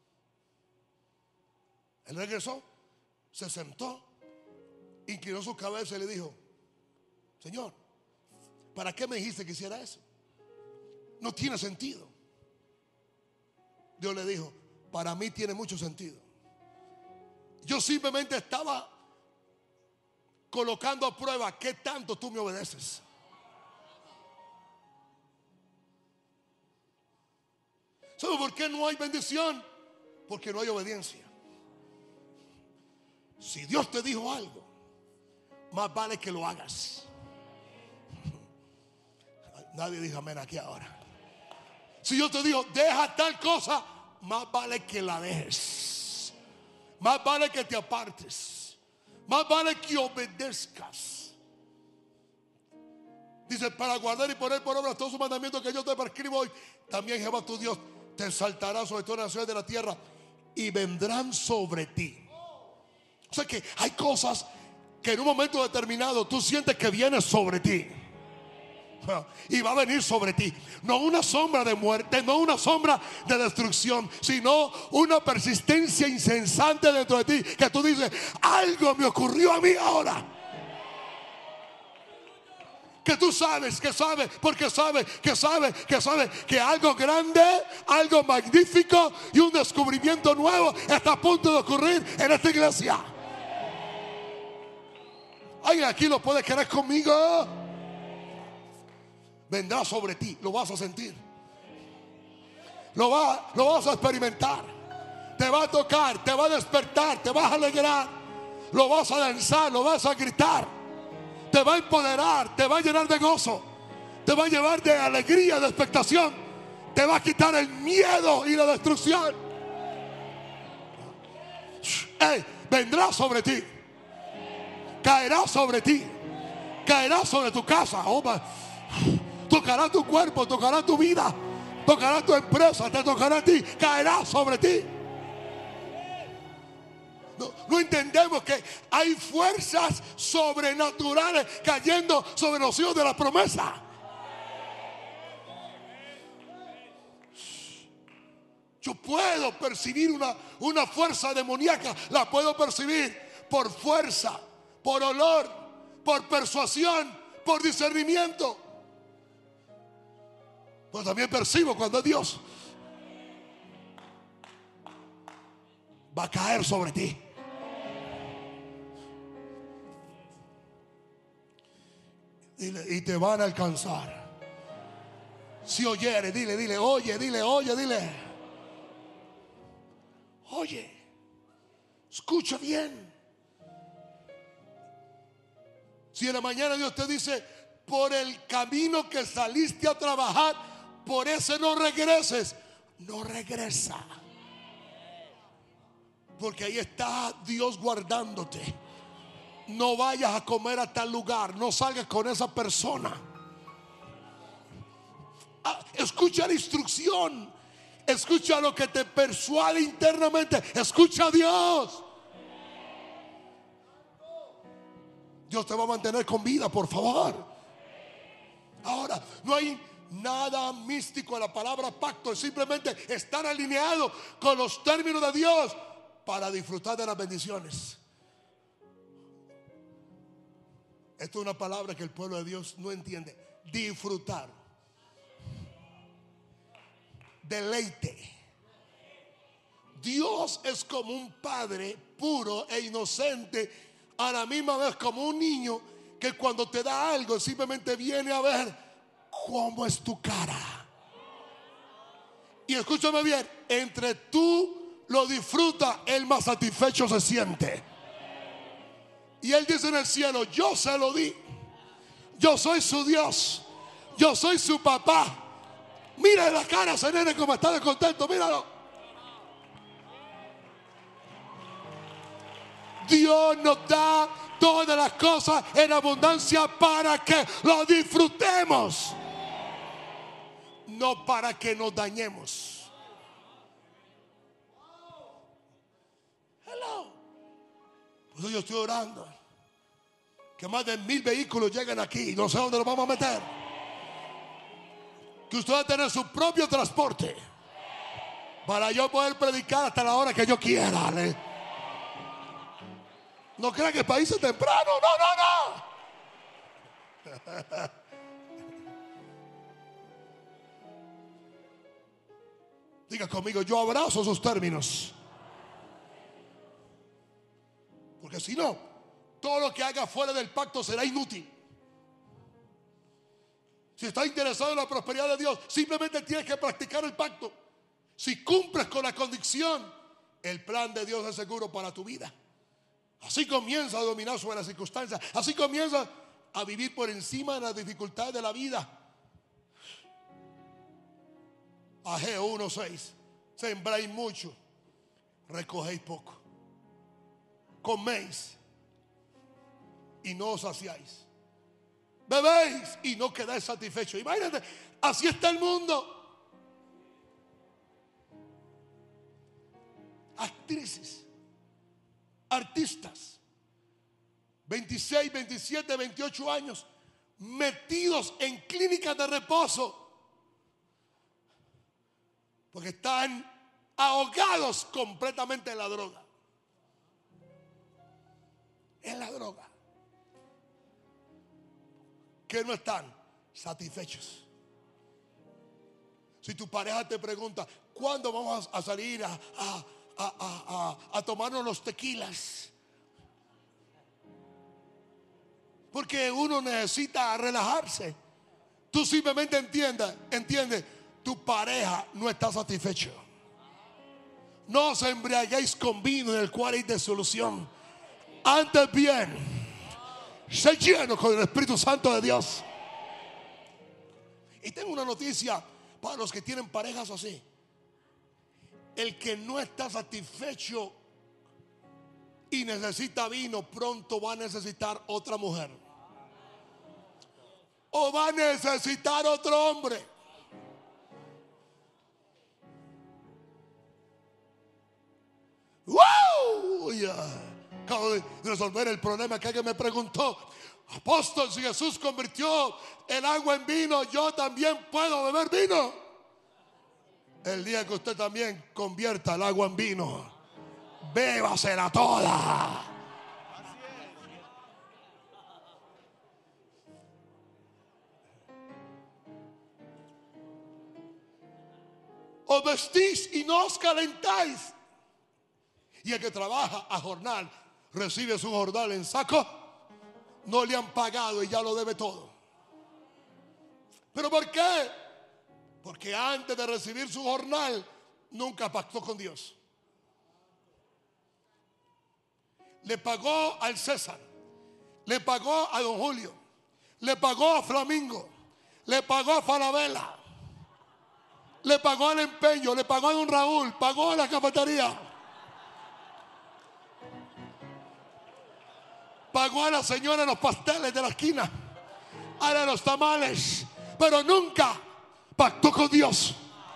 Él regresó, se sentó, inclinó su cabeza y le dijo: Señor, ¿para qué me dijiste que hiciera eso? No tiene sentido. Dios le dijo: para mí tiene mucho sentido. Yo simplemente estaba colocando a prueba qué tanto tú me obedeces. ¿Sabe por qué no hay bendición? Porque no hay obediencia. Si Dios te dijo algo, más vale que lo hagas. Nadie dijo amén aquí ahora. Si yo te digo, deja tal cosa, más vale que la dejes. Más vale que te apartes. Más vale que obedezcas. Dice: para guardar y poner por obra todos sus mandamientos que yo te prescribo hoy, también Jehová tu Dios te exaltará sobre todas las naciones de la tierra y vendrán sobre ti. O sea que hay cosas que en un momento determinado tú sientes que vienen sobre ti. Y va a venir sobre ti, no una sombra de muerte, no una sombra de destrucción, sino una persistencia incesante dentro de ti, que tú dices: algo me ocurrió a mí ahora. Que tú sabes, porque sabes que algo grande, algo magnífico y un descubrimiento nuevo está a punto de ocurrir en esta iglesia. ¿Alguien aquí lo puede querer conmigo? Vendrá sobre ti, lo vas a sentir, lo vas a experimentar, te va a tocar, te va a despertar, te vas a alegrar, lo vas a danzar, lo vas a gritar, te va a empoderar, te va a llenar de gozo, te va a llevar de alegría, de expectación, te va a quitar el miedo y la destrucción. Vendrá sobre ti, caerá sobre ti, caerá sobre tu casa. Tocará tu cuerpo, tocará tu vida, tocará tu empresa, te tocará a ti, caerá sobre ti. No entendemos que hay fuerzas sobrenaturales cayendo sobre los hijos de la promesa. Yo puedo percibir una fuerza demoníaca, la puedo percibir por fuerza, por olor, por persuasión, por discernimiento. Pero también percibo cuando es Dios. Va a caer sobre ti. Y te van a alcanzar. Si oyere, dile, oye, dile. Oye, escucha bien. Si en la mañana Dios te dice: por el camino que saliste a trabajar, por ese no regreses, no regresa. Porque ahí está Dios guardándote. No vayas a comer a tal lugar, no salgas con esa persona. Escucha la instrucción, escucha lo que te persuade internamente, escucha a Dios. Dios te va a mantener con vida, por favor. Ahora, no hay nada místico en la palabra pacto, es simplemente estar alineado con los términos de Dios para disfrutar de las bendiciones. Esto es una palabra que el pueblo de Dios no entiende. Disfrutar, deleite. Dios es como un padre puro e inocente, a la misma vez como un niño que cuando te da algo simplemente viene a ver cómo es tu cara. Y escúchame bien, entre tú lo disfrutas, el más satisfecho se siente. Y Él dice en el cielo: yo se lo di, yo soy su Dios, yo soy su papá. Mira la cara ese nene como está de contento, míralo. Dios nos da todas las cosas en abundancia para que lo disfrutemos, no para que nos dañemos. Hello. Por eso yo estoy orando que más de 1000 vehículos lleguen aquí. No sé dónde los vamos a meter. Que usted va a tener su propio transporte para yo poder predicar hasta la hora que yo quiera. No crean que el país es temprano. No. Diga conmigo, yo abrazo sus términos. Porque si no, todo lo que haga fuera del pacto será inútil. Si estás interesado en la prosperidad de Dios, simplemente tienes que practicar el pacto. Si cumples con la condición, el plan de Dios es seguro para tu vida. Así comienza a dominar sobre las circunstancias. Así comienza a vivir por encima de las dificultades de la vida. Ageo 1:6. Sembráis mucho, recogéis poco. Coméis y no os saciáis. Bebéis y no quedáis satisfechos. Imagínate, así está el mundo. Actrices, artistas, 26, 27, 28 años, metidos en clínicas de reposo porque están ahogados completamente en la droga. En la droga. Que no están satisfechos. Si tu pareja te pregunta, ¿cuándo vamos a salir a tomarnos los tequilas? Porque uno necesita relajarse. Tú simplemente entiende, tu pareja no está satisfecho. No os embriaguéis con vino en el cual hay disolución. Antes bien, sé lleno con el Espíritu Santo de Dios. Y tengo una noticia para los que tienen parejas así. El que no está satisfecho y necesita vino, pronto va a necesitar otra mujer. O va a necesitar otro hombre. ¡Wow! Acabo de resolver el problema que alguien me preguntó. Apóstol, si Jesús convirtió el agua en vino, yo también puedo beber vino. El día que usted también convierta el agua en vino, bébasela toda. Os vestís y no os calentáis. Y el que trabaja a jornal recibe su jornal en saco. No le han pagado y ya lo debe todo. ¿Pero por qué? Porque antes de recibir su jornal nunca pactó con Dios. Le pagó al César, le pagó a don Julio, le pagó a Flamingo, le pagó a Falabella, le pagó al empeño, le pagó a don Raúl, pagó a la cafetería, pagó a la señora en los pasteles de la esquina, a los tamales, pero nunca pactó con Dios.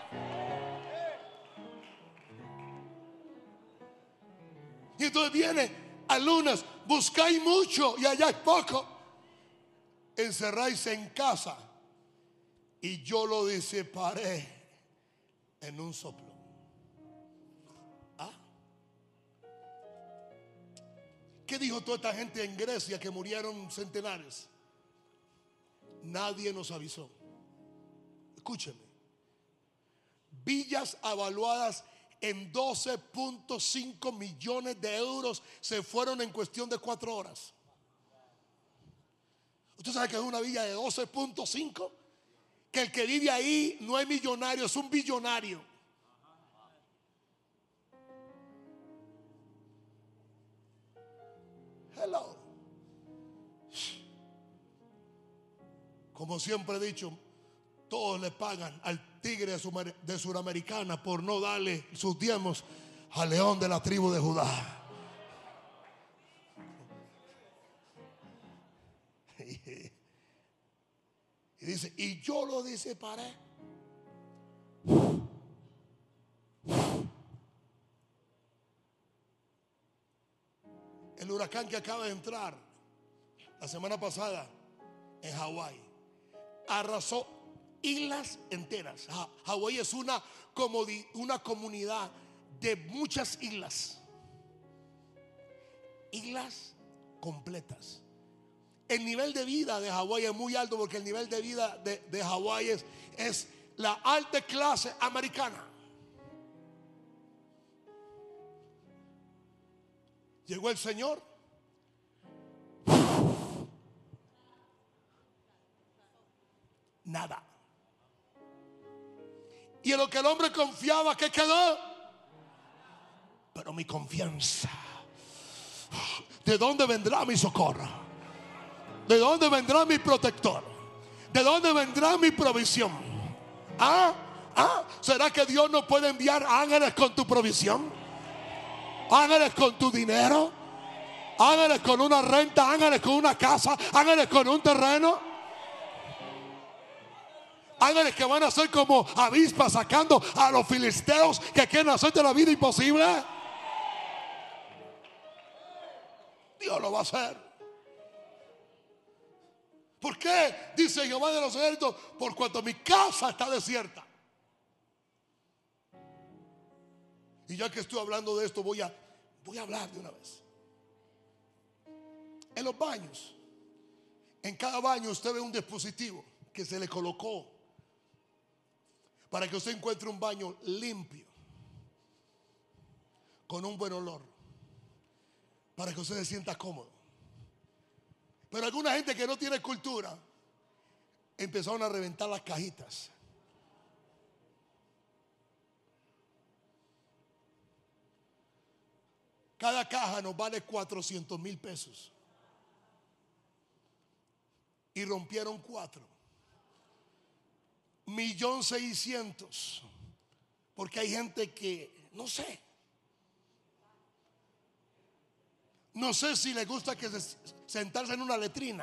Y entonces viene al lunes, buscáis mucho y allá es poco. Encerráis en casa y yo lo disiparé en un soplo. ¿Ah? ¿Qué dijo toda esta gente en Grecia que murieron centenares? Nadie nos avisó. Escúcheme. Villas avaluadas en 12.5 millones de euros se fueron en cuestión de 4 horas. ¿Usted sabe que es una villa de 12.5? Que el que vive ahí no es millonario, es un billonario. Hello. Como siempre he dicho, todos le pagan al tigre de Suramericana por no darle sus diezmos al león de la tribu de Judá. Y dice, y yo lo disiparé. El huracán que acaba de entrar la semana pasada en Hawái arrasó islas enteras. Hawái es una comunidad de muchas islas. Islas completas. El nivel de vida de Hawái es muy alto, porque el nivel de vida de Hawái es la alta clase americana. Llegó el Señor. Nada. Y en lo que el hombre confiaba, ¿qué quedó? Pero mi confianza, ¿de dónde vendrá mi socorro? ¿De dónde vendrá mi protector? ¿De dónde vendrá mi provisión? ¿Será que Dios no puede enviar ángeles con tu provisión? Ángeles con tu dinero, ángeles con una renta, ángeles con una casa, ángeles con un terreno, ángeles que van a ser como avispas sacando a los filisteos que quieren hacerte la vida imposible. Dios lo va a hacer. ¿Por qué? Dice Jehová de los ejércitos: por cuanto mi casa está desierta. Y ya que estoy hablando de esto, voy a hablar de una vez. En los baños, en cada baño usted ve un dispositivo que se le colocó para que usted encuentre un baño limpio, con un buen olor, para que usted se sienta cómodo. Pero alguna gente que no tiene cultura empezaron a reventar las cajitas. Cada caja nos vale 400,000 pesos. Y rompieron 4. 1,600,000. Porque hay gente que no sé si le gusta que sentarse en una letrina.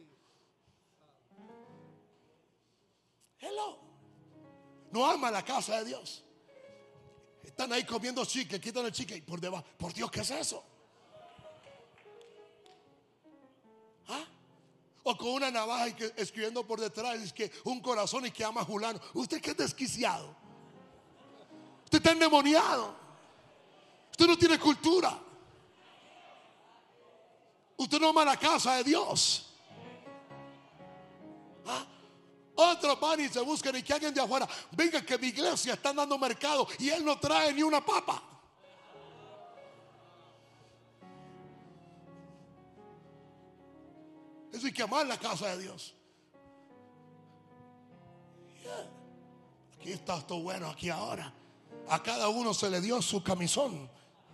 Hello. No ama la casa de Dios. Están ahí comiendo chicle, quitan el chicle y por debajo, por Dios, ¿qué es eso? O con una navaja y escribiendo por detrás, es que un corazón y que ama a Julano. Usted que es desquiciado. Usted está endemoniado. Usted no tiene cultura. Usted no ama la casa de Dios. Otros van y se buscan y que alguien de afuera venga, que mi iglesia está dando mercado y él no trae ni una papa. Eso hay que amar la casa de Dios. Aquí está esto bueno, aquí ahora. A cada uno se le dio su camisón.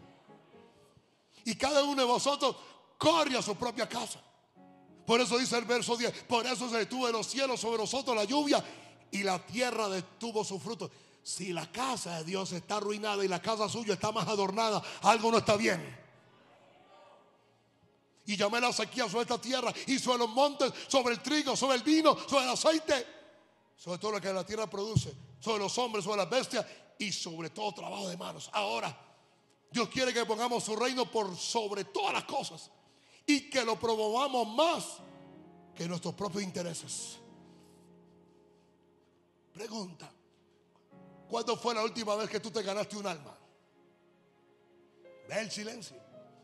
Y cada uno de vosotros corre a su propia casa. Por eso dice el verso 10: por eso se detuvo de los cielos sobre nosotros la lluvia, y la tierra detuvo su fruto. Si la casa de Dios está arruinada y la casa suya está más adornada, algo no está bien. Y llamé la sequía sobre esta tierra y sobre los montes, sobre el trigo, sobre el vino, sobre el aceite, sobre todo lo que la tierra produce, sobre los hombres, sobre las bestias y sobre todo trabajo de manos. Ahora, Dios quiere que pongamos su reino por sobre todas las cosas y que lo promovamos más que nuestros propios intereses. Pregunta: ¿cuándo fue la última vez que tú te ganaste un alma? Ve el silencio.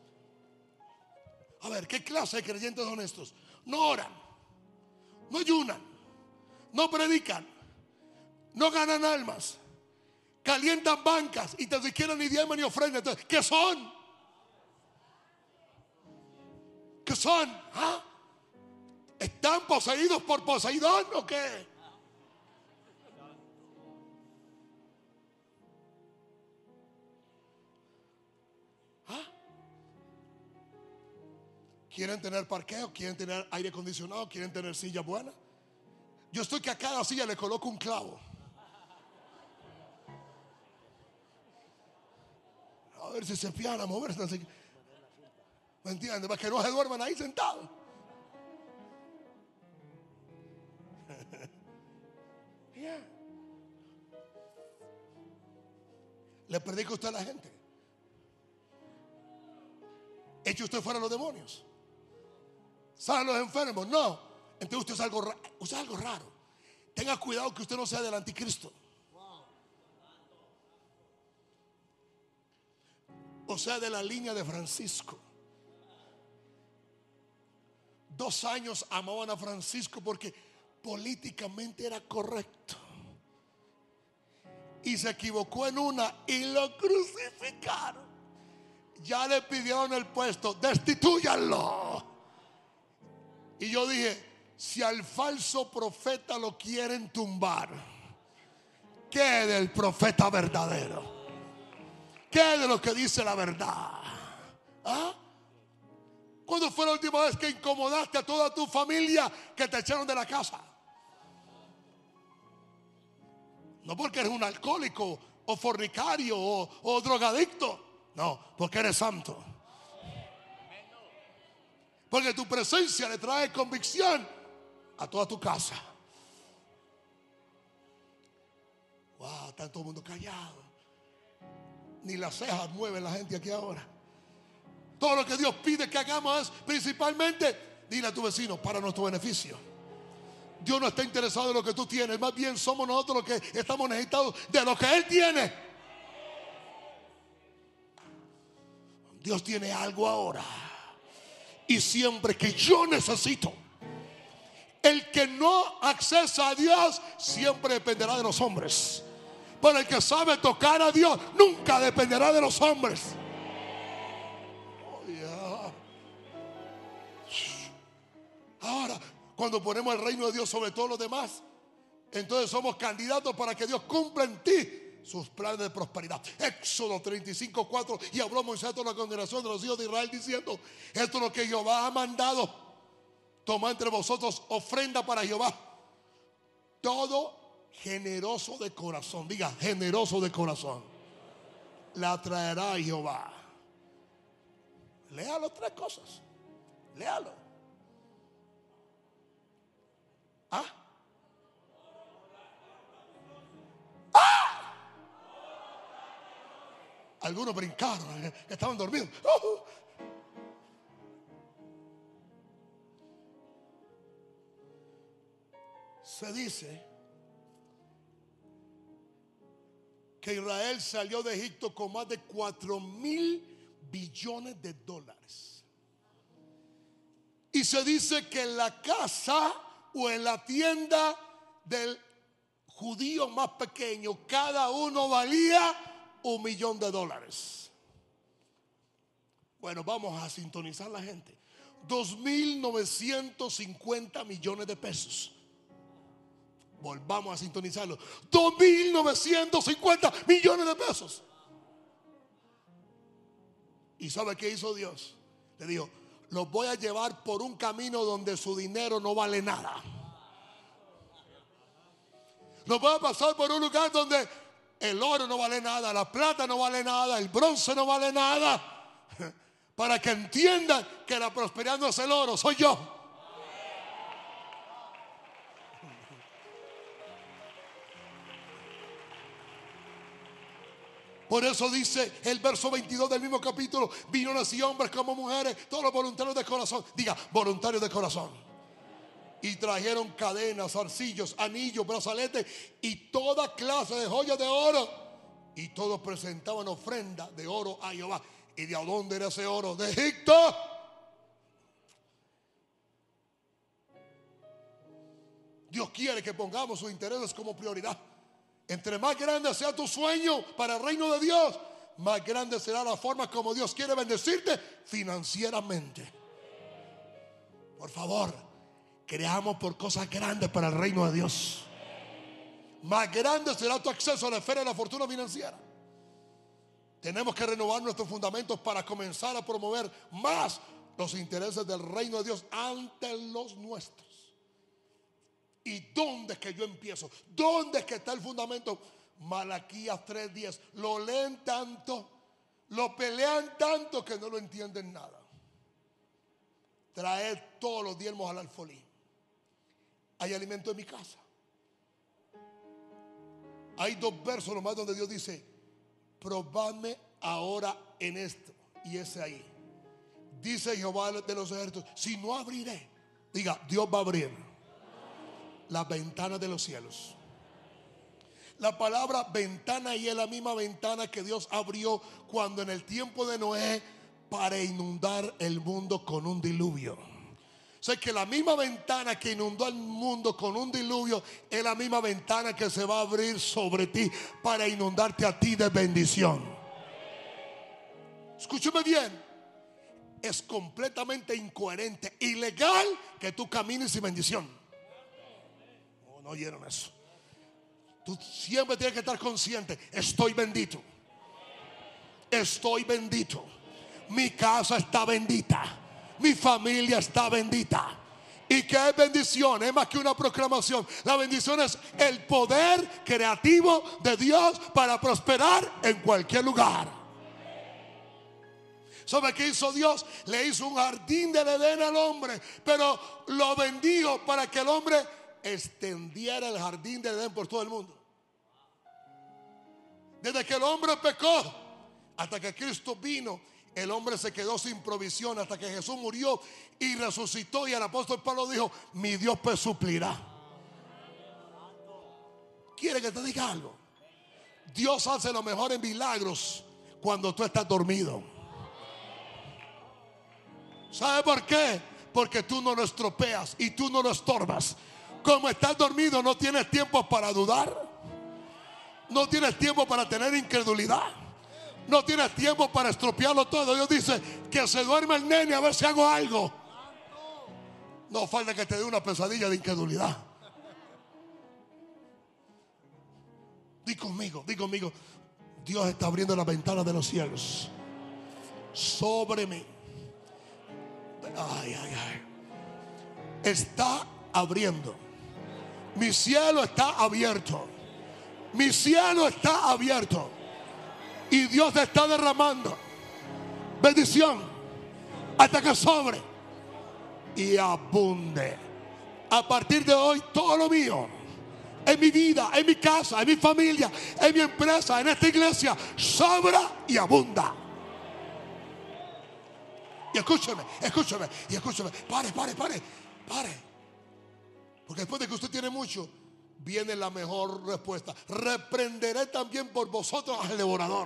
A ver, ¿qué clase de creyentes son estos? No oran, no ayunan, no predican, no ganan almas, calientan bancas y tan siquiera ni diezman ni ofrenda. Entonces, ¿qué son? ¿Qué son? ¿Están poseídos por Poseidón o qué? ¿Quieren tener parqueo? ¿Quieren tener aire acondicionado? ¿Quieren tener silla buena? Yo estoy que a cada silla le coloco un clavo. A ver si se empiezan a moverse. ¿Me entienden? Para que no se duerman ahí sentados. le predica usted a la gente? ¿Eche usted fuera a los demonios? ¿Saben los enfermos? No. Entonces usted es algo raro. Tenga cuidado que usted no sea del anticristo. O sea, de la línea de Francisco. 2 años amaban a Francisco porque políticamente era correcto. Y se equivocó en una y lo crucificaron. Ya le pidieron el puesto, destitúyanlo. Y yo dije, si al falso profeta lo quieren tumbar, ¿qué del profeta verdadero? ¿Qué de lo que dice la verdad? ¿Ah? ¿Cuándo fue la última vez que incomodaste a toda tu familia que te echaron de la casa? No porque eres un alcohólico o fornicario o drogadicto. No, porque eres santo. Porque tu presencia le trae convicción a toda tu casa. Wow, está todo el mundo callado. Ni las cejas mueven la gente aquí ahora. Todo lo que Dios pide que hagamos es principalmente, dile a tu vecino, para nuestro beneficio. Dios no está interesado en lo que tú tienes. Más bien somos nosotros los que estamos necesitados de lo que Él tiene. Dios tiene algo ahora. Y siempre que yo necesito, el que no accesa a Dios siempre dependerá de los hombres. Pero el que sabe tocar a Dios nunca dependerá de los hombres. Oh, yeah. Ahora, cuando ponemos el reino de Dios sobre todos los demás, entonces somos candidatos para que Dios cumpla en ti sus planes de prosperidad. Éxodo 35:4. Y habló Moisés a toda la congregación de los hijos de Israel diciendo: esto es lo que Jehová ha mandado. Tomad entre vosotros ofrenda para Jehová. Todo generoso de corazón, diga generoso de corazón, la traerá a Jehová. Léalo 3 cosas. Léalo. ¿Ah? Algunos brincaron, estaban dormidos. Se dice que Israel salió de Egipto con más de 4,000 billones de dólares. Y se dice que en la casa o en la tienda del judío más pequeño, cada uno valía $1,000,000. Bueno, vamos a sintonizar la gente. 2,950 millones de pesos. Volvamos a sintonizarlo. 2,950 millones de pesos. ¿Y sabe qué hizo Dios? Le dijo: los voy a llevar por un camino donde su dinero no vale nada. Los voy a pasar por un lugar donde el oro no vale nada, la plata no vale nada, el bronce no vale nada. Para que entiendan que la prosperidad no es el oro, soy yo. Por eso dice el verso 22 del mismo capítulo: vino así hombres como mujeres, todos los voluntarios de corazón. Diga, voluntarios de corazón. Y trajeron cadenas, zarcillos, anillos, brazaletes y toda clase de joyas de oro. Y todos presentaban ofrenda de oro a Jehová. ¿Y de dónde era ese oro? De Egipto. Dios quiere que pongamos sus intereses como prioridad. Entre más grande sea tu sueño para el reino de Dios, más grande será la forma como Dios quiere bendecirte financieramente. Por favor, creamos por cosas grandes para el reino de Dios. Más grande será tu acceso a la esfera de la fortuna financiera. Tenemos que renovar nuestros fundamentos para comenzar a promover más los intereses del reino de Dios ante los nuestros. ¿Y dónde es que yo empiezo? ¿Dónde es que está el fundamento? Malaquías 3:10. Lo leen tanto, lo pelean tanto que no lo entienden nada. Traed todos los diezmos al alfolí. Hay alimento en mi casa. Hay 2 versos nomás donde Dios dice: probadme ahora en esto. Y ese ahí. Dice Jehová de los ejércitos, si no abriré, diga, Dios va a abrir las ventanas de los cielos. La palabra ventana y es la misma ventana que Dios abrió cuando en el tiempo de Noé para inundar el mundo con un diluvio. O sea que la misma ventana que inundó el mundo con un diluvio es la misma ventana que se va a abrir sobre ti para inundarte a ti de bendición. Escúchame bien. Es completamente incoherente, ilegal que tú camines sin bendición. No oyeron eso. Tú siempre tienes que estar consciente. Estoy bendito. Estoy bendito. Mi casa está bendita. Mi familia está bendita. ¿Y qué es bendición? Es más que una proclamación. La bendición es el poder creativo de Dios para prosperar en cualquier lugar. ¿Sabe qué hizo Dios? Le hizo un jardín del Edén al hombre, pero lo bendijo para que el hombre extendiera el jardín del Edén por todo el mundo. Desde que el hombre pecó hasta que Cristo vino, el hombre se quedó sin provisión hasta que Jesús murió y resucitó. Y el apóstol Pablo dijo, mi Dios pues suplirá. ¿Quiere que te diga algo? Dios hace los mejores milagros cuando tú estás dormido. ¿Sabe por qué? Porque tú no lo estropeas y tú no lo estorbas. Como estás dormido, no tienes tiempo para dudar. No tienes tiempo para tener incredulidad. No tienes tiempo para estropearlo todo. Dios dice que se duerme el nene a ver si hago algo. No falta que te dé una pesadilla de incredulidad. Di conmigo, di conmigo. Dios está abriendo las ventanas de los cielos sobre mí. Ay, ay, ay. Está abriendo. Mi cielo está abierto. Mi cielo está abierto. Y Dios te está derramando bendición hasta que sobre y abunde. A partir de hoy, todo lo mío, en mi vida, en mi casa, en mi familia, en mi empresa, en esta iglesia, sobra y abunda. Y escúcheme, escúcheme, y escúcheme. Pare. Porque después de que usted tiene mucho, viene la mejor respuesta. Reprenderé también por vosotros al devorador.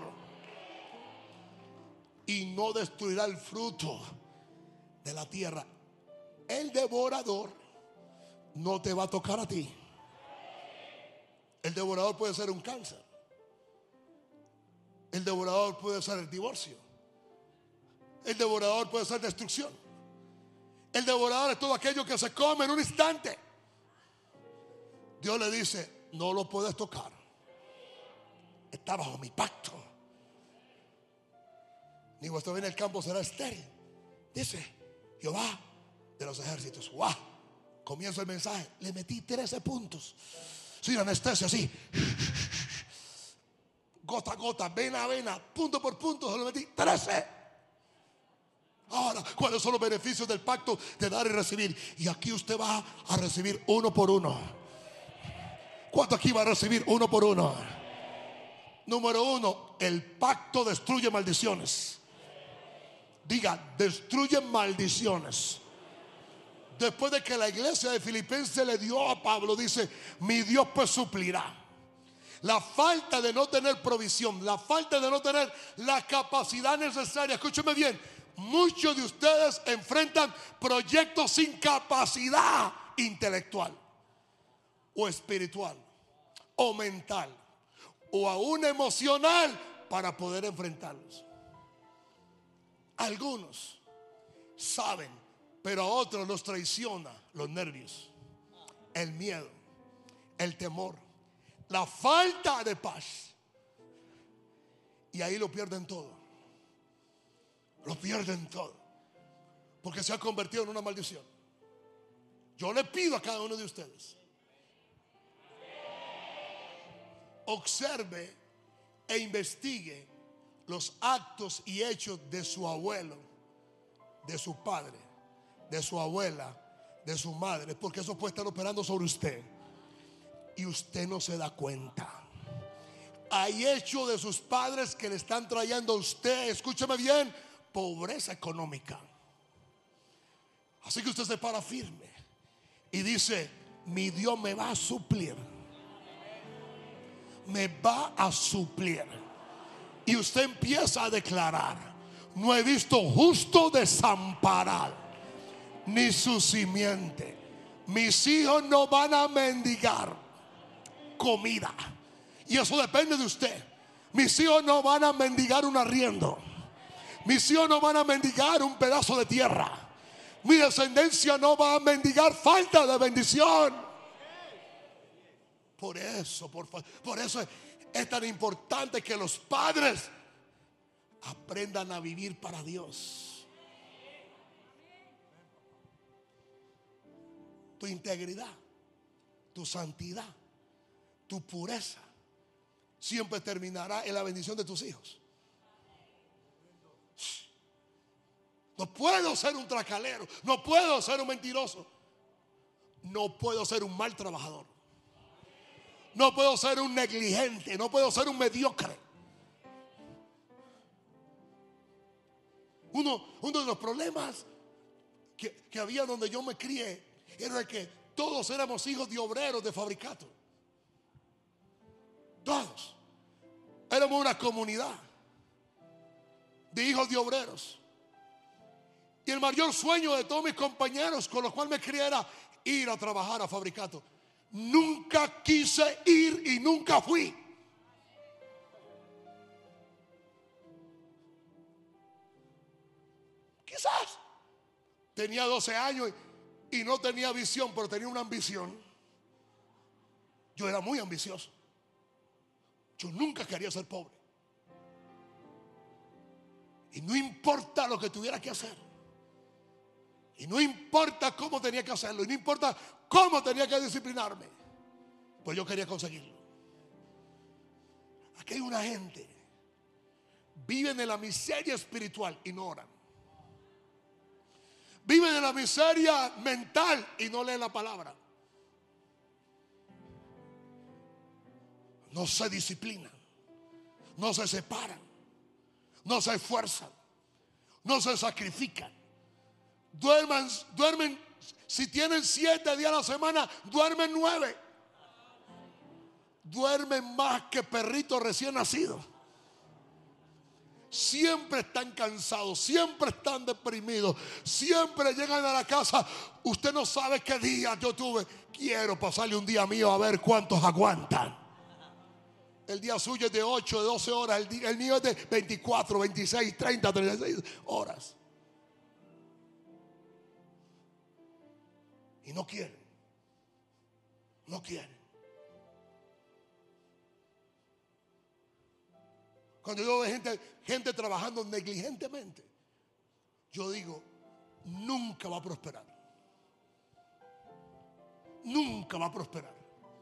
Y no destruirá el fruto de la tierra. El devorador no te va a tocar a ti. El devorador puede ser un cáncer. El devorador puede ser el divorcio. El devorador puede ser destrucción. El devorador es todo aquello que se come en un instante. Dios le dice, no lo puedes tocar. Está bajo mi pacto. Ni vuestro bien en el campo será estéril. Dice Jehová de los ejércitos. ¡Wow! Comienzo el mensaje. Le metí 13 puntos. Sin anestesia, así. Gota a gota, vena a vena, punto por punto. Se lo metí 13. Ahora, ¿cuáles son los beneficios del pacto de dar y recibir? Y aquí usted va a recibir uno por uno. ¿Cuánto aquí va a recibir uno por uno? Número uno, el pacto destruye maldiciones. Diga, destruye maldiciones. Después de que la iglesia de Filipenses le dio a Pablo, dice, mi Dios pues suplirá. La falta de no tener provisión, la falta de no tener la capacidad necesaria. Escúcheme bien, muchos de ustedes enfrentan proyectos sin capacidad intelectual o espiritual o mental o aún emocional para poder enfrentarlos. Algunos saben, pero a otros los traiciona los nervios, el miedo, el temor, la falta de paz. Y ahí lo pierden todo. Lo pierden todo. Porque se ha convertido en una maldición. Yo le pido a cada uno de ustedes, observe e investigue los actos y hechos de su abuelo, de su padre, de su abuela, de su madre, porque eso puede estar operando sobre usted y usted no se da cuenta. hay hecho de sus padres que le están trayendo a usted, escúcheme bien, pobreza económica. Así que usted se para firme y dice: mi Dios me va a suplir. Me va a suplir. Y usted empieza a declarar: no he visto justo desamparado, ni su simiente. Mis hijos no van a mendigar comida. Y eso depende de usted. Mis hijos no van a mendigar un arriendo. Mis hijos no van a mendigar un pedazo de tierra. Mi descendencia no va a mendigar falta de bendición. Por eso es tan importante que los padres aprendan a vivir para Dios. Tu integridad, tu santidad, tu pureza siempre terminará en la bendición de tus hijos. No puedo ser un tracalero, no puedo ser un mentiroso, no puedo ser un mal trabajador, no puedo ser un negligente, no puedo ser un mediocre. Uno de los problemas que había donde yo me crié era que todos éramos hijos de obreros de fabricato. Todos éramos una comunidad de hijos de obreros. Y el mayor sueño de todos mis compañeros con los cuales me crié era ir a trabajar a fabricato. Nunca quise ir y nunca fui. Quizás tenía 12 años y no tenía visión, pero tenía una ambición. Yo era muy ambicioso. Yo nunca quería ser pobre. Y no importa lo que tuviera que hacer. Y no importa cómo tenía que hacerlo. Y no importa cómo tenía que disciplinarme. Pues yo quería conseguirlo. Aquí hay una gente. Viven en la miseria espiritual y no oran. Viven en la miseria mental y no leen la palabra. No se disciplinan. No se separan. No se esfuerzan. No se sacrifican. Duermen, si tienen 7 días a la semana, duermen 9. Duermen más que perritos recién nacidos. Siempre están cansados, siempre están deprimidos, siempre llegan a la casa. Usted no sabe qué día yo tuve. Quiero pasarle un día mío a ver cuántos aguantan. El día suyo es de 8, de 12 horas. El mío es de 24, 26, 30, 36 horas. Y no quieren. No quieren. Cuando yo veo gente trabajando negligentemente, yo digo: nunca va a prosperar. Nunca va a prosperar.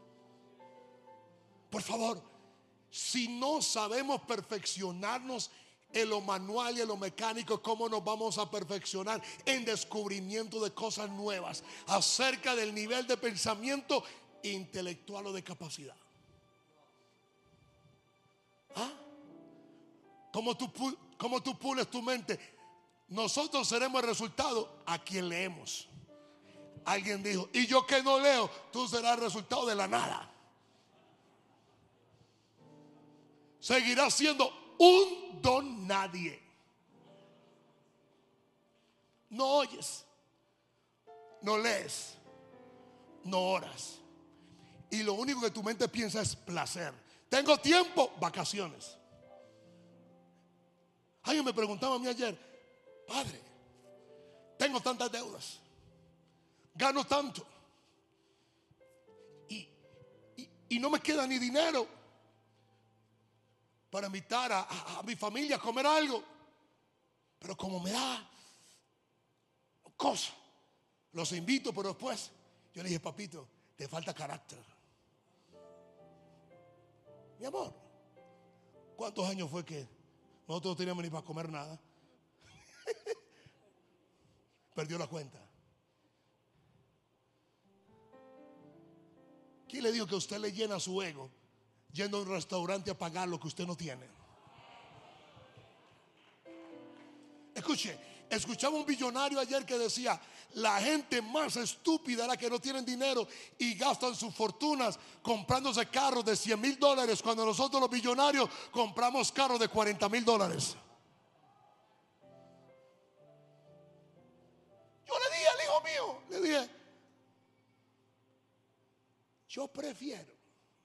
Por favor, si no sabemos perfeccionarnos en lo manual y en lo mecánico, ¿cómo nos vamos a perfeccionar en descubrimiento de cosas nuevas acerca del nivel de pensamiento intelectual o de capacidad? ¿Ah? ¿Cómo tú pules tu mente? Nosotros seremos el resultado a quien leemos. Alguien dijo: y yo que no leo, tú serás el resultado de la nada. Seguirás siendo un don nadie. No oyes, no lees, no oras, y lo único que tu mente piensa es placer. Tengo tiempo, vacaciones. Alguien me preguntaba a mí ayer: padre, tengo tantas deudas, gano tanto y no me queda ni dinero para invitar a mi familia a comer algo. Pero como me da cosa, los invito, pero después yo le dije: papito, te falta carácter. Mi amor, ¿cuántos años fue que nosotros no teníamos ni para comer nada? Perdió la cuenta. ¿Quién le dijo que usted le llena su ego yendo a un restaurante a pagar lo que usted no tiene. Escuche, escuchaba un billonario ayer que decía: la gente más estúpida es la que no tienen dinero y gastan sus fortunas comprándose carros de $100,000, cuando nosotros los billonarios compramos carros de $40,000. Yo le dije al hijo mío, le dije: yo prefiero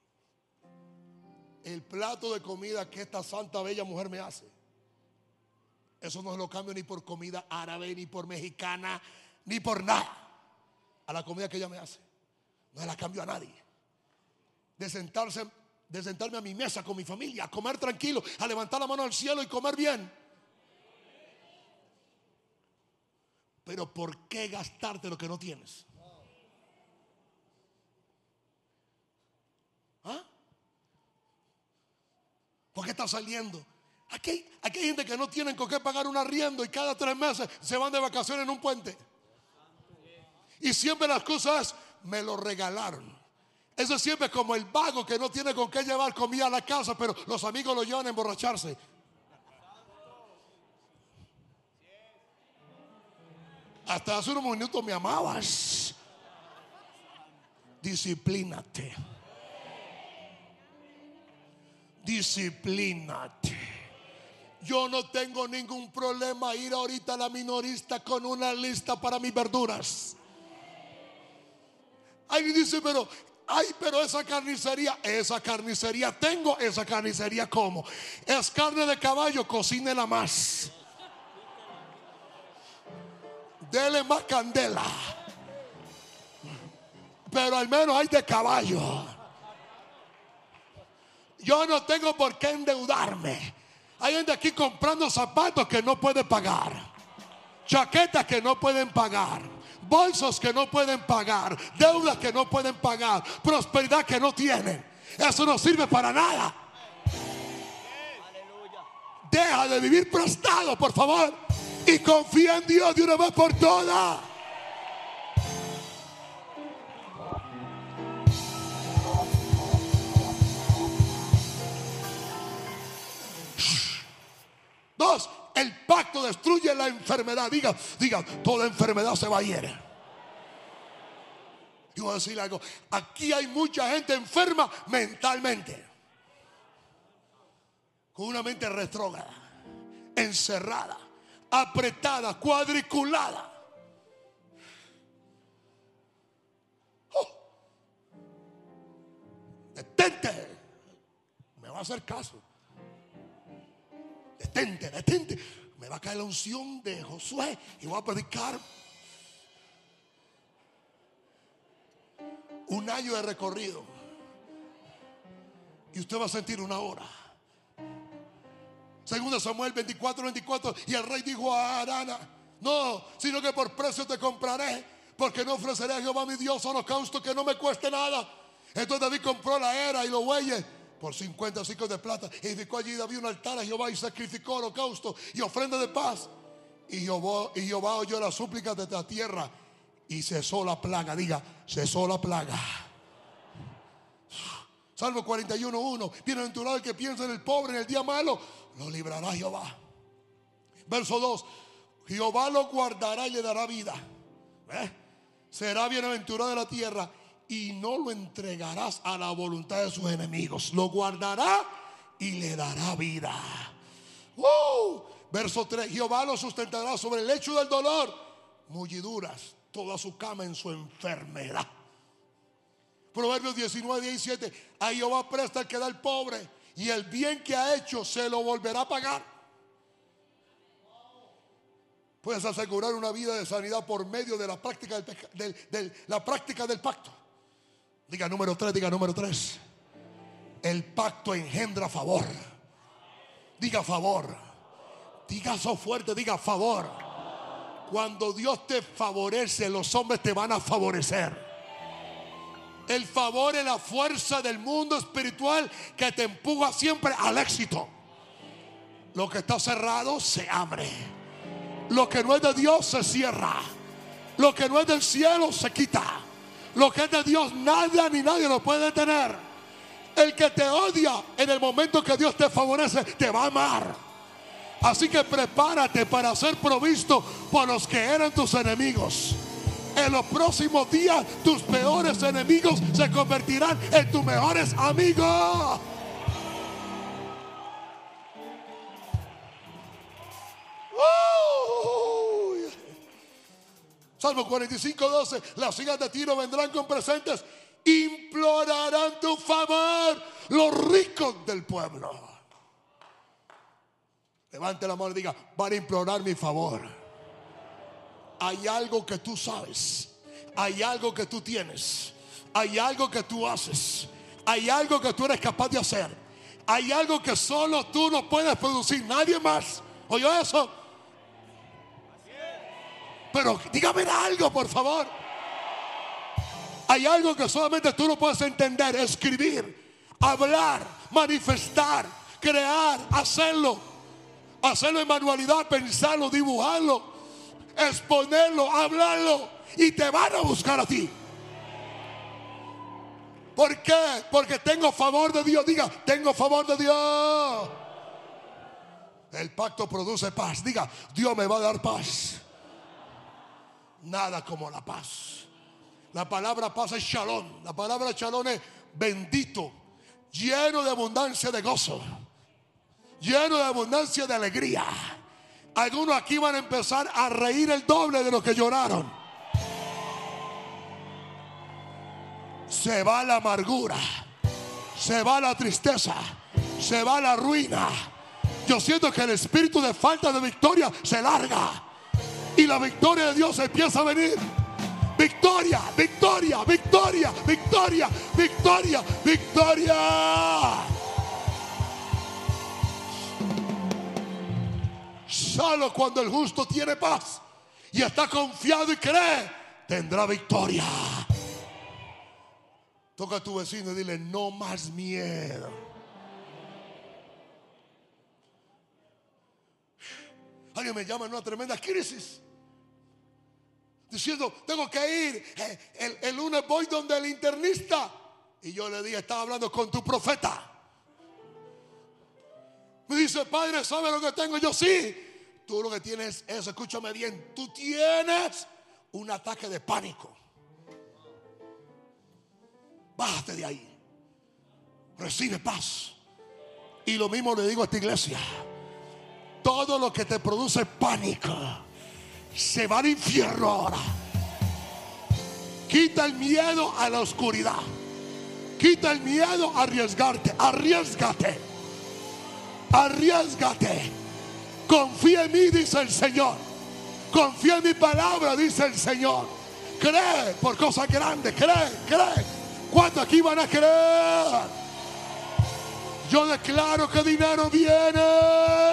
el plato de comida que esta santa bella mujer me hace. Eso no se lo cambio ni por comida árabe, ni por mexicana, ni por nada. A la comida que ella me hace no se la cambio a nadie. De sentarme a mi mesa con mi familia, a comer tranquilo, a levantar la mano al cielo y comer bien. Pero ¿por qué gastarte lo que no tienes? ¿Ah? ¿Por qué estás saliendo? Aquí hay gente que no tienen con qué pagar un arriendo y cada 3 meses se van de vacaciones en un puente. Y siempre las cosas me lo regalaron. Eso es siempre como el vago que no tiene con qué llevar comida a la casa, pero los amigos lo llevan a emborracharse. Hasta hace unos minutos me amabas. Disciplínate. Disciplínate. Yo no tengo ningún problema ir ahorita a la minorista con una lista para mis verduras. Alguien dice: pero esa carnicería tengo, esa carnicería como. Es carne de caballo, cocínela más. Dele más candela. Pero al menos hay de caballo. Yo no tengo por qué endeudarme. Hay gente aquí comprando zapatos que no puede pagar, chaquetas que no pueden pagar, bolsos que no pueden pagar, deudas que no pueden pagar, prosperidad que no tienen. Eso no sirve para nada. Deja de vivir prestado, por favor, y confía en Dios de una vez por todas. Dos, el pacto destruye la enfermedad. Diga, toda enfermedad se va a ir. Y voy a decir algo: aquí hay mucha gente enferma mentalmente, con una mente retrógrada, encerrada, apretada, cuadriculada. Detente, me va a hacer caso. Detente. Me va a caer la unción de Josué y voy a predicar un año de recorrido. Y usted va a sentir una hora. Segundo Samuel 24:24. Y el rey dijo a Arana: no, sino que por precio te compraré, porque no ofreceré a Jehová mi Dios holocausto que no me cueste nada. Entonces David compró la era y los bueyes por 50 ciclos de plata. Edificó allí David un altar a Jehová y sacrificó holocausto y ofrenda de paz. Y Jehová oyó las súplicas de la tierra y cesó la plaga. Diga, cesó la plaga. Salmo 41:1. Bienaventurado el que piensa en el pobre en el día malo, lo librará Jehová. Verso 2. Jehová lo guardará y le dará vida. Será bienaventurado de la tierra y no lo entregarás a la voluntad de sus enemigos. Lo guardará y le dará vida. Verso 3. Jehová lo sustentará sobre el lecho del dolor, mulliduras toda su cama en su enfermedad. Proverbios 19:17. A Jehová presta el que da al pobre, y el bien que ha hecho se lo volverá a pagar. Puedes asegurar una vida de sanidad por medio de la práctica del pacto. Diga número 3. El pacto engendra favor. Diga favor. Diga eso fuerte, diga favor. Cuando Dios te favorece, los hombres te van a favorecer. El favor es la fuerza del mundo espiritual que te empuja siempre al éxito. Lo que está cerrado se abre. Lo que no es de Dios se cierra. Lo que no es del cielo se quita. Lo que es de Dios, nada ni nadie lo puede detener. El que te odia en el momento que Dios te favorece, te va a amar. Así que prepárate para ser provisto por los que eran tus enemigos. En los próximos días, tus peores enemigos se convertirán en tus mejores amigos. Salmo 45:12. Las hijas de Tiro vendrán con presentes, implorarán tu favor los ricos del pueblo. Levante la mano y diga: van a implorar mi favor. Hay algo que tú sabes, hay algo que tú tienes, hay algo que tú haces, hay algo que tú eres capaz de hacer, hay algo que solo tú no puedes producir, nadie más. ¿Oyó eso? Pero dígame algo, por favor. Hay algo que solamente tú no puedes entender, escribir, hablar, manifestar, crear, hacerlo en manualidad, pensarlo, dibujarlo, exponerlo, hablarlo, y te van a buscar a ti. ¿Por qué? Porque tengo favor de Dios. Diga: tengo favor de Dios. El pacto produce paz. Diga: Dios me va a dar paz. Nada como la paz. La palabra paz es shalom. La palabra shalom es bendito, lleno de abundancia de gozo, lleno de abundancia de alegría. Algunos aquí van a empezar a reír el doble de lo que lloraron. Se va la amargura, se va la tristeza, se va la ruina. Yo siento que el espíritu de falta de victoria se larga y la victoria de Dios empieza a venir. Victoria, victoria, victoria, victoria, victoria, victoria. Solo cuando el justo tiene paz y está confiado y cree, tendrá victoria. Toca a tu vecino y dile: no más miedo. Alguien me llama en una tremenda crisis, diciendo: tengo que ir, el lunes voy donde el internista. Y yo le dije: estaba hablando con tu profeta. Me dice: padre, ¿sabe lo que tengo? Yo: sí. Tú lo que tienes es, escúchame bien, tú tienes un ataque de pánico. Bájate de ahí, recibe paz. Y lo mismo le digo a esta iglesia: todo lo que te produce pánico se va al infierno ahora. Quita el miedo a la oscuridad, quita el miedo a arriesgarte. Arriésgate, arriésgate. Confía en mí, dice el Señor. Confía en mi palabra, dice el Señor. Cree por cosas grandes, cree. ¿Cuántos aquí van a creer? Yo declaro que dinero viene.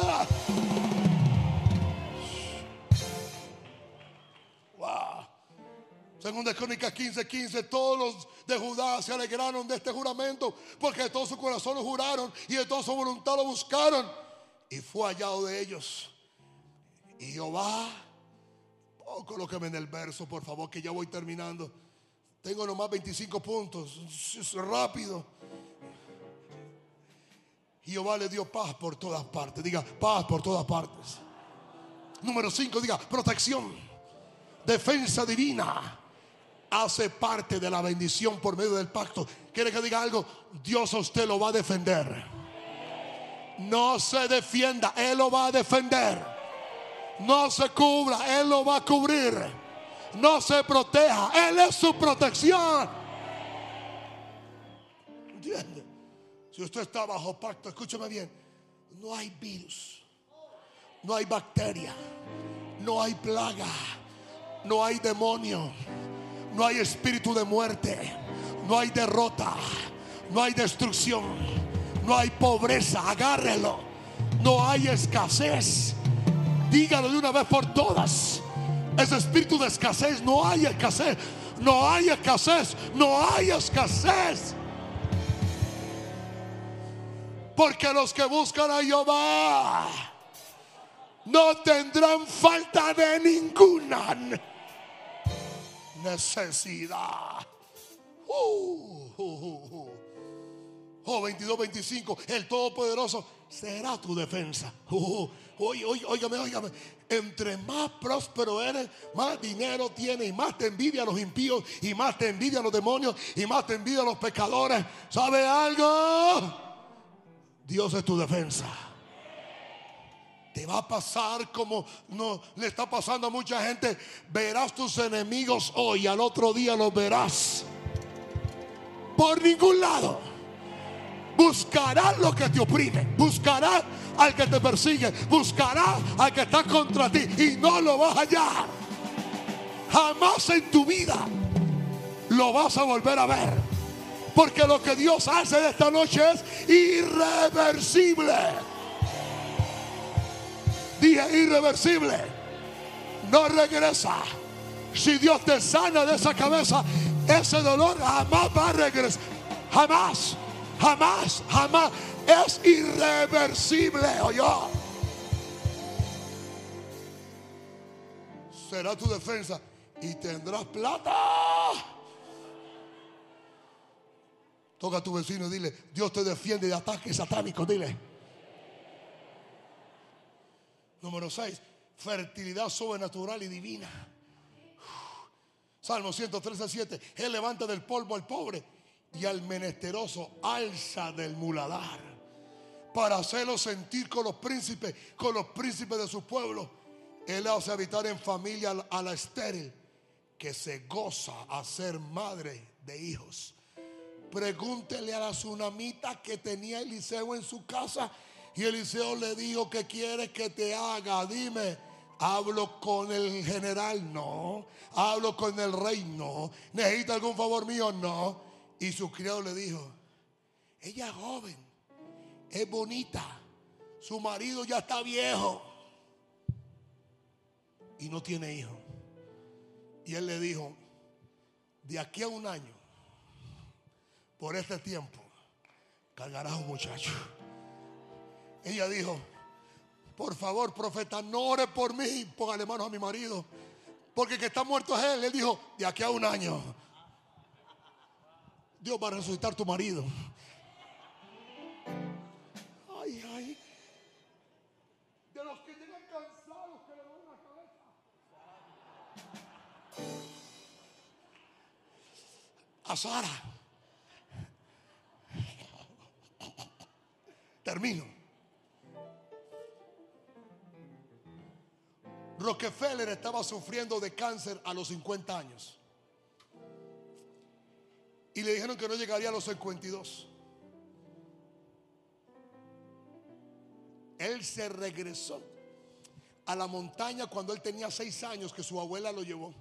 Wow. Segunda Crónicas 15:15. Todos los de Judá se alegraron de este juramento, porque de todo su corazón lo juraron y de toda su voluntad lo buscaron. Y fue hallado de ellos. Y Jehová, colóqueme en el verso, por favor, que ya voy terminando. Tengo nomás 25 puntos. Es rápido. Jehová le dio paz por todas partes. Diga: paz por todas partes. Número 5, diga: protección. Defensa divina hace parte de la bendición por medio del pacto. ¿Quiere que diga algo? Dios a usted lo va a defender. No se defienda, Él lo va a defender. No se cubra, Él lo va a cubrir. No se proteja, Él es su protección. ¿Entiende? Si usted está bajo pacto, escúcheme bien: no hay virus, no hay bacteria, no hay plaga, no hay demonio, no hay espíritu de muerte, no hay derrota, no hay destrucción, no hay pobreza. Agárrelo. No hay escasez. Dígalo de una vez por todas: ese espíritu de escasez, no hay escasez, no hay escasez, no hay escasez. Porque los que buscan a Jehová no tendrán falta de ninguna necesidad. Oh, 22, 25. El Todopoderoso será tu defensa. Óigame. Entre más próspero eres, más dinero tienes, y más te envidian los impíos, y más te envidian los demonios, y más te envidian los pecadores. ¿Sabe algo? Dios es tu defensa. Te va a pasar como no le está pasando a mucha gente. Verás tus enemigos hoy, al otro día los verás por ningún lado. Buscarás lo que te oprime, buscarás al que te persigue, buscarás al que está contra ti, y no lo vas a hallar. Jamás en tu vida lo vas a volver a ver, porque lo que Dios hace de esta noche es irreversible. Dije irreversible. No regresa. Si Dios te sana de esa cabeza, ese dolor jamás va a regresar. Jamás. Es irreversible. Oye, será tu defensa y tendrás plata. Toca a tu vecino y dile: Dios te defiende de ataques satánicos. Dile. Número 6, fertilidad sobrenatural y divina. Salmo 113:7. Él levanta del polvo al pobre y al menesteroso alza del muladar, para hacerlo sentir con los príncipes de su pueblo. Él hace habitar en familia a la estéril, que se goza a ser madre de hijos. Pregúntele a la tsunamita que tenía Eliseo en su casa, y Eliseo le dijo: ¿qué quieres que te haga? Dime. ¿Hablo con el general? No. ¿Hablo con el rey? No. ¿Necesita algún favor mío? No. Y su criado le dijo: ella es joven, es bonita, su marido ya está viejo y no tiene hijo. Y él le dijo: de aquí a un año, por este tiempo, cargarás un muchacho. Ella dijo: por favor, profeta, no ore por mí, póngale manos a mi marido, porque el que está muerto es él. Él dijo: de aquí a un año Dios va a resucitar tu marido. Ay. De los que llegan cansados, que le duele la cabeza. A Sara. Termino. Rockefeller estaba sufriendo de cáncer a los 50 años. Y le dijeron que no llegaría a los 52. Él se regresó a la montaña cuando él tenía 6 años, que su abuela lo llevó.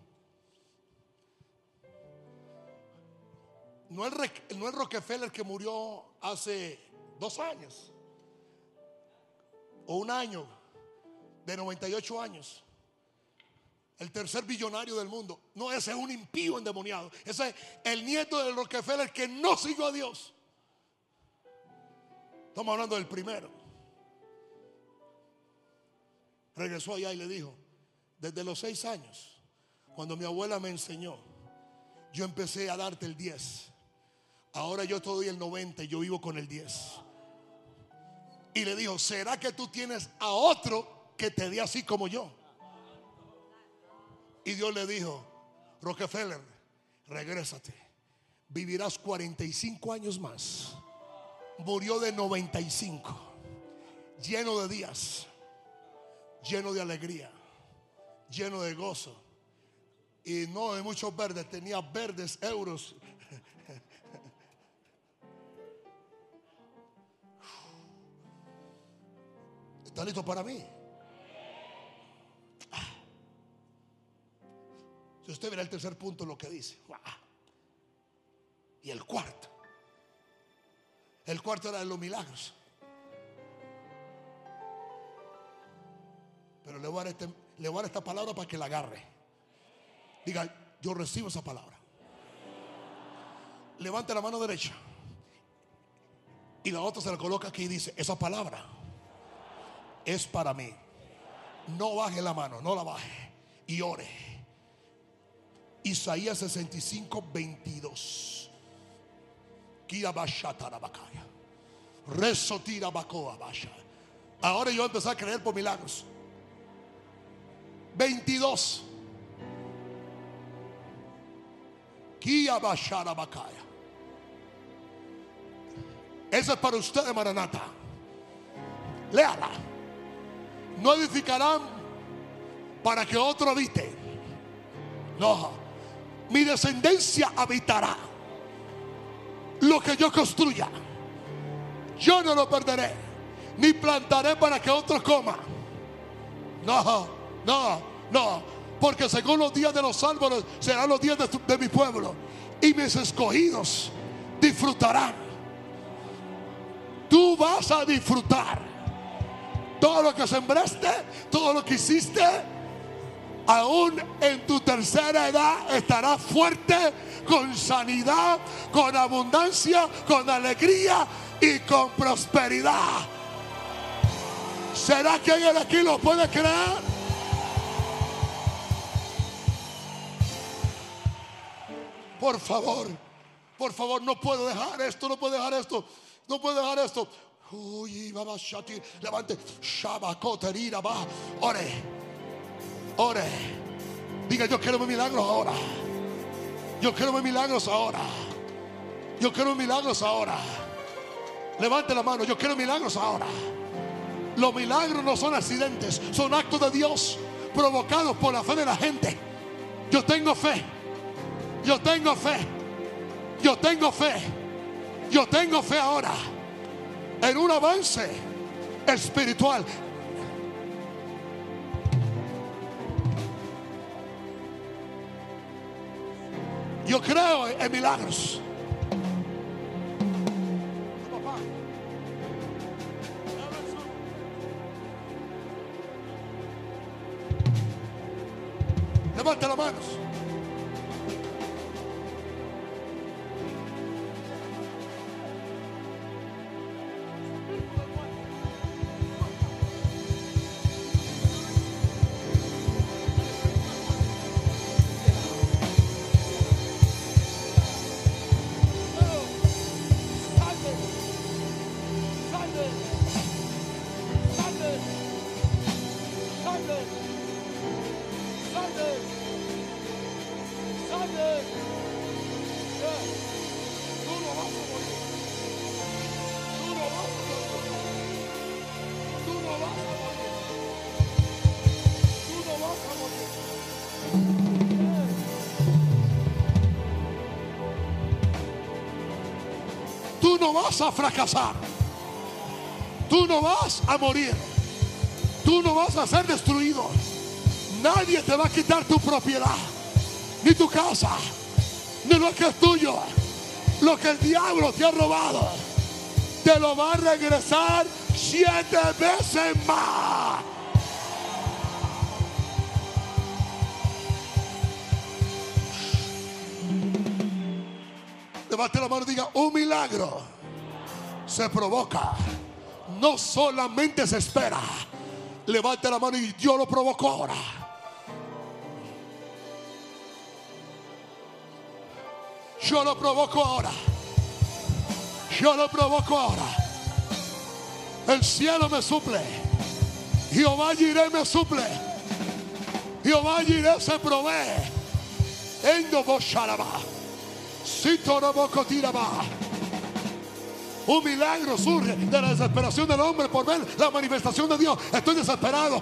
No el Rockefeller que murió hace 2 años o un año, de 98 años. El tercer billonario del mundo. No, ese es un impío endemoniado. Ese es el nieto del Rockefeller que no siguió a Dios. Estamos hablando del primero. Regresó allá y le dijo: desde los 6 años, cuando mi abuela me enseñó, yo empecé a darte el 10. Ahora yo te doy el 90 y yo vivo con el 10. Y le dijo: ¿será que tú tienes a otro que te dé así como yo? Y Dios le dijo: Rockefeller, regrésate, vivirás 45 años más. Murió de 95, lleno de días, lleno de alegría, lleno de gozo, y no de muchos verdes, tenía verdes euros. ¿Está listo para mí? Si usted verá el tercer punto, lo que dice. Y el cuarto era de los milagros. Pero le voy a dar esta palabra para que la agarre. Diga: yo recibo esa palabra. Levante la mano derecha y la otra se la coloca aquí y dice: esa palabra es para mí. No baje la mano, no la baje, y ore. Isaías 65:22. Rezo tira bacoa vaya. Ahora yo empecé a creer por milagros. 22. Kia bashara bakaya. Eso es para ustedes, Maranata. Léala. No edificarán para que otro habite. No. Mi descendencia habitará lo que yo construya. Yo no lo perderé, ni plantaré para que otro coma. No, no, no. Porque según los días de los árboles serán los días de mi pueblo, y mis escogidos disfrutarán. Tú vas a disfrutar todo lo que sembraste, todo lo que hiciste. Aún en tu tercera edad estarás fuerte, con sanidad, con abundancia, con alegría y con prosperidad. ¿Será que alguien aquí lo puede creer? Por favor, no puedo dejar esto, no puedo dejar esto, no puedo dejar esto. Uy, vamos, Shati, levante, Shabacoterira, va, ore. Diga, yo quiero mis milagros ahora. Yo quiero mis milagros ahora. Yo quiero milagros ahora. Levante la mano, yo quiero milagros ahora. Los milagros no son accidentes, son actos de Dios provocados por la fe de la gente. Yo tengo fe. Yo tengo fe. Yo tengo fe. Yo tengo fe ahora en un avance espiritual. Yo creo en milagros. Levante las manos. Tú no vas a fracasar. Tú no vas a morir. Tú no vas a ser destruido. Nadie te va a quitar tu propiedad, ni tu casa, ni lo que es tuyo. Lo que el diablo te ha robado, te lo va a regresar 7 veces más. Levante la mano y diga: un milagro se provoca, no solamente se espera. Levante la mano y yo lo provoco ahora. Yo lo provoco ahora. Yo lo provoco ahora. El cielo me suple. Jehová Jireh me suple. Jehová Jireh se provee. Endo bosharaba. Un milagro surge de la desesperación del hombre por ver la manifestación de Dios. Estoy desesperado.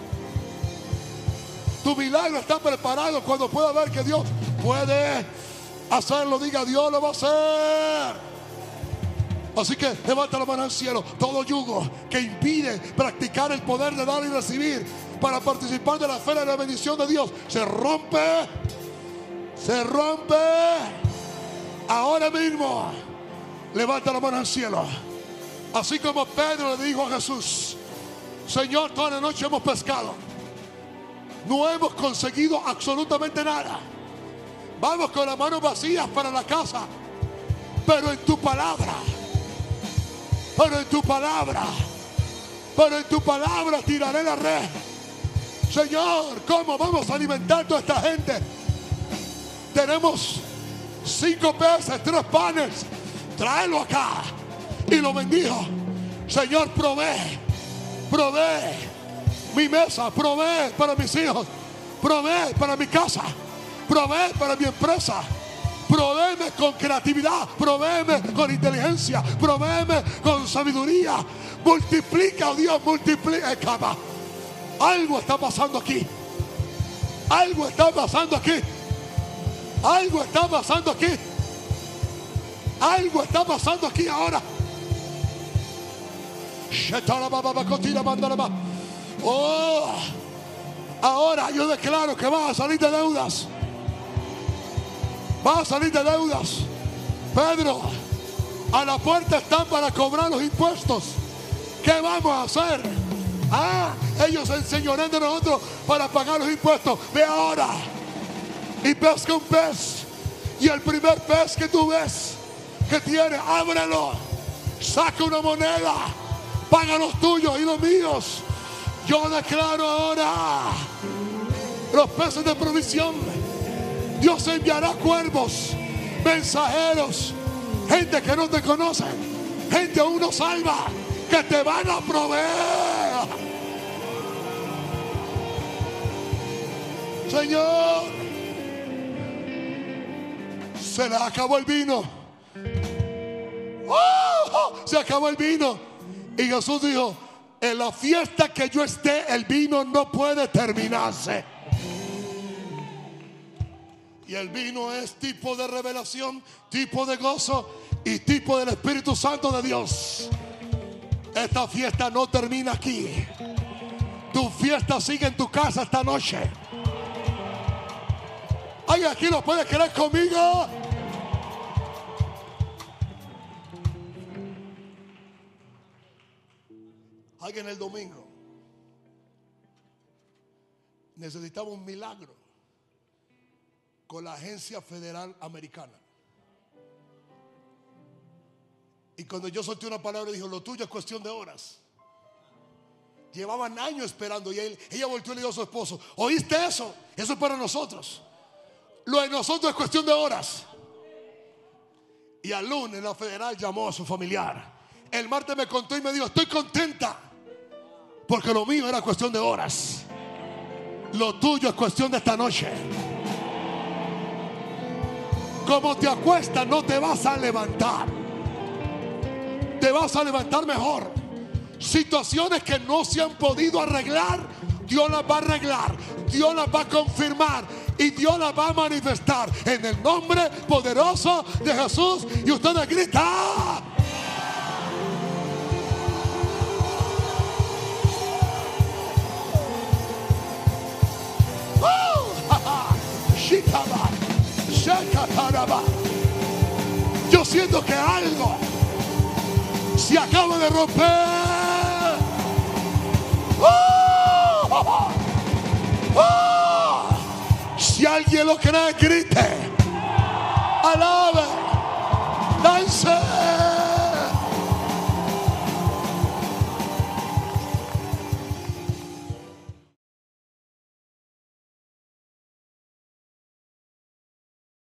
Tu milagro está preparado cuando pueda ver que Dios puede hacerlo. Diga: Dios lo va a hacer. Así que levanta la mano al cielo. Todo yugo que impide practicar el poder de dar y recibir para participar de la fe y la bendición de Dios se rompe. Se rompe ahora mismo. Levanta la mano al cielo. Así como Pedro le dijo a Jesús: Señor, toda la noche hemos pescado, no hemos conseguido absolutamente nada. Vamos con las manos vacías para la casa, pero en tu palabra, pero en tu palabra tiraré la red. Señor, ¿cómo vamos a alimentar a toda esta gente? Tenemos 5 peces, 3 panes. Tráelo acá. y lo bendijo. Señor, provee mi mesa, provee para mis hijos, provee para mi casa, provee para mi empresa. Provéeme con creatividad, provéeme con inteligencia, provéeme con sabiduría. Multiplica, oh Dios, multiplica. Algo está pasando aquí. Algo está pasando aquí. Algo está pasando aquí. Algo está pasando aquí ahora. Oh, ahora yo declaro que vas a salir de deudas. Vas a salir de deudas. Pedro, a la puerta están para cobrar los impuestos. ¿Qué vamos a hacer? Ellos se enseñorean de nosotros para pagar los impuestos. Ve ahora y pesca un pez. Y el primer pez que tú ves que tiene, ábrelo. Saca una moneda. Paga los tuyos y los míos. Yo declaro ahora los peces de provisión. Dios enviará cuervos, mensajeros, gente que no te conoce, gente aún no salva, que te van a proveer. Señor, se le acabó el vino. Se acabó el vino. Y Jesús dijo: en la fiesta que yo esté, el vino no puede terminarse. Y el vino es tipo de revelación, tipo de gozo y tipo del Espíritu Santo de Dios. Esta fiesta no termina aquí. Tu fiesta sigue en tu casa esta noche. ¿Alguien aquí lo puede creer conmigo? Alguien el domingo necesitaba un milagro con la Agencia Federal Americana. Y cuando yo solté una palabra, dijo: lo tuyo es cuestión de horas. Llevaban años esperando. Y ella volteó y le dijo a su esposo: ¿oíste eso? Eso es para nosotros. Lo de nosotros es cuestión de horas. Y al lunes la federal llamó a su familiar. El martes me contó y me dijo: estoy contenta, porque lo mío era cuestión de horas. Lo tuyo es cuestión de esta noche. Como te acuestas, no te vas a levantar. Te vas a levantar mejor. Situaciones que no se han podido arreglar, Dios las va a arreglar, Dios las va a confirmar y Dios las va a manifestar en el nombre poderoso de Jesús. Y ustedes gritan: yo siento que algo se acaba de romper. Si alguien lo cree, grite, alabe.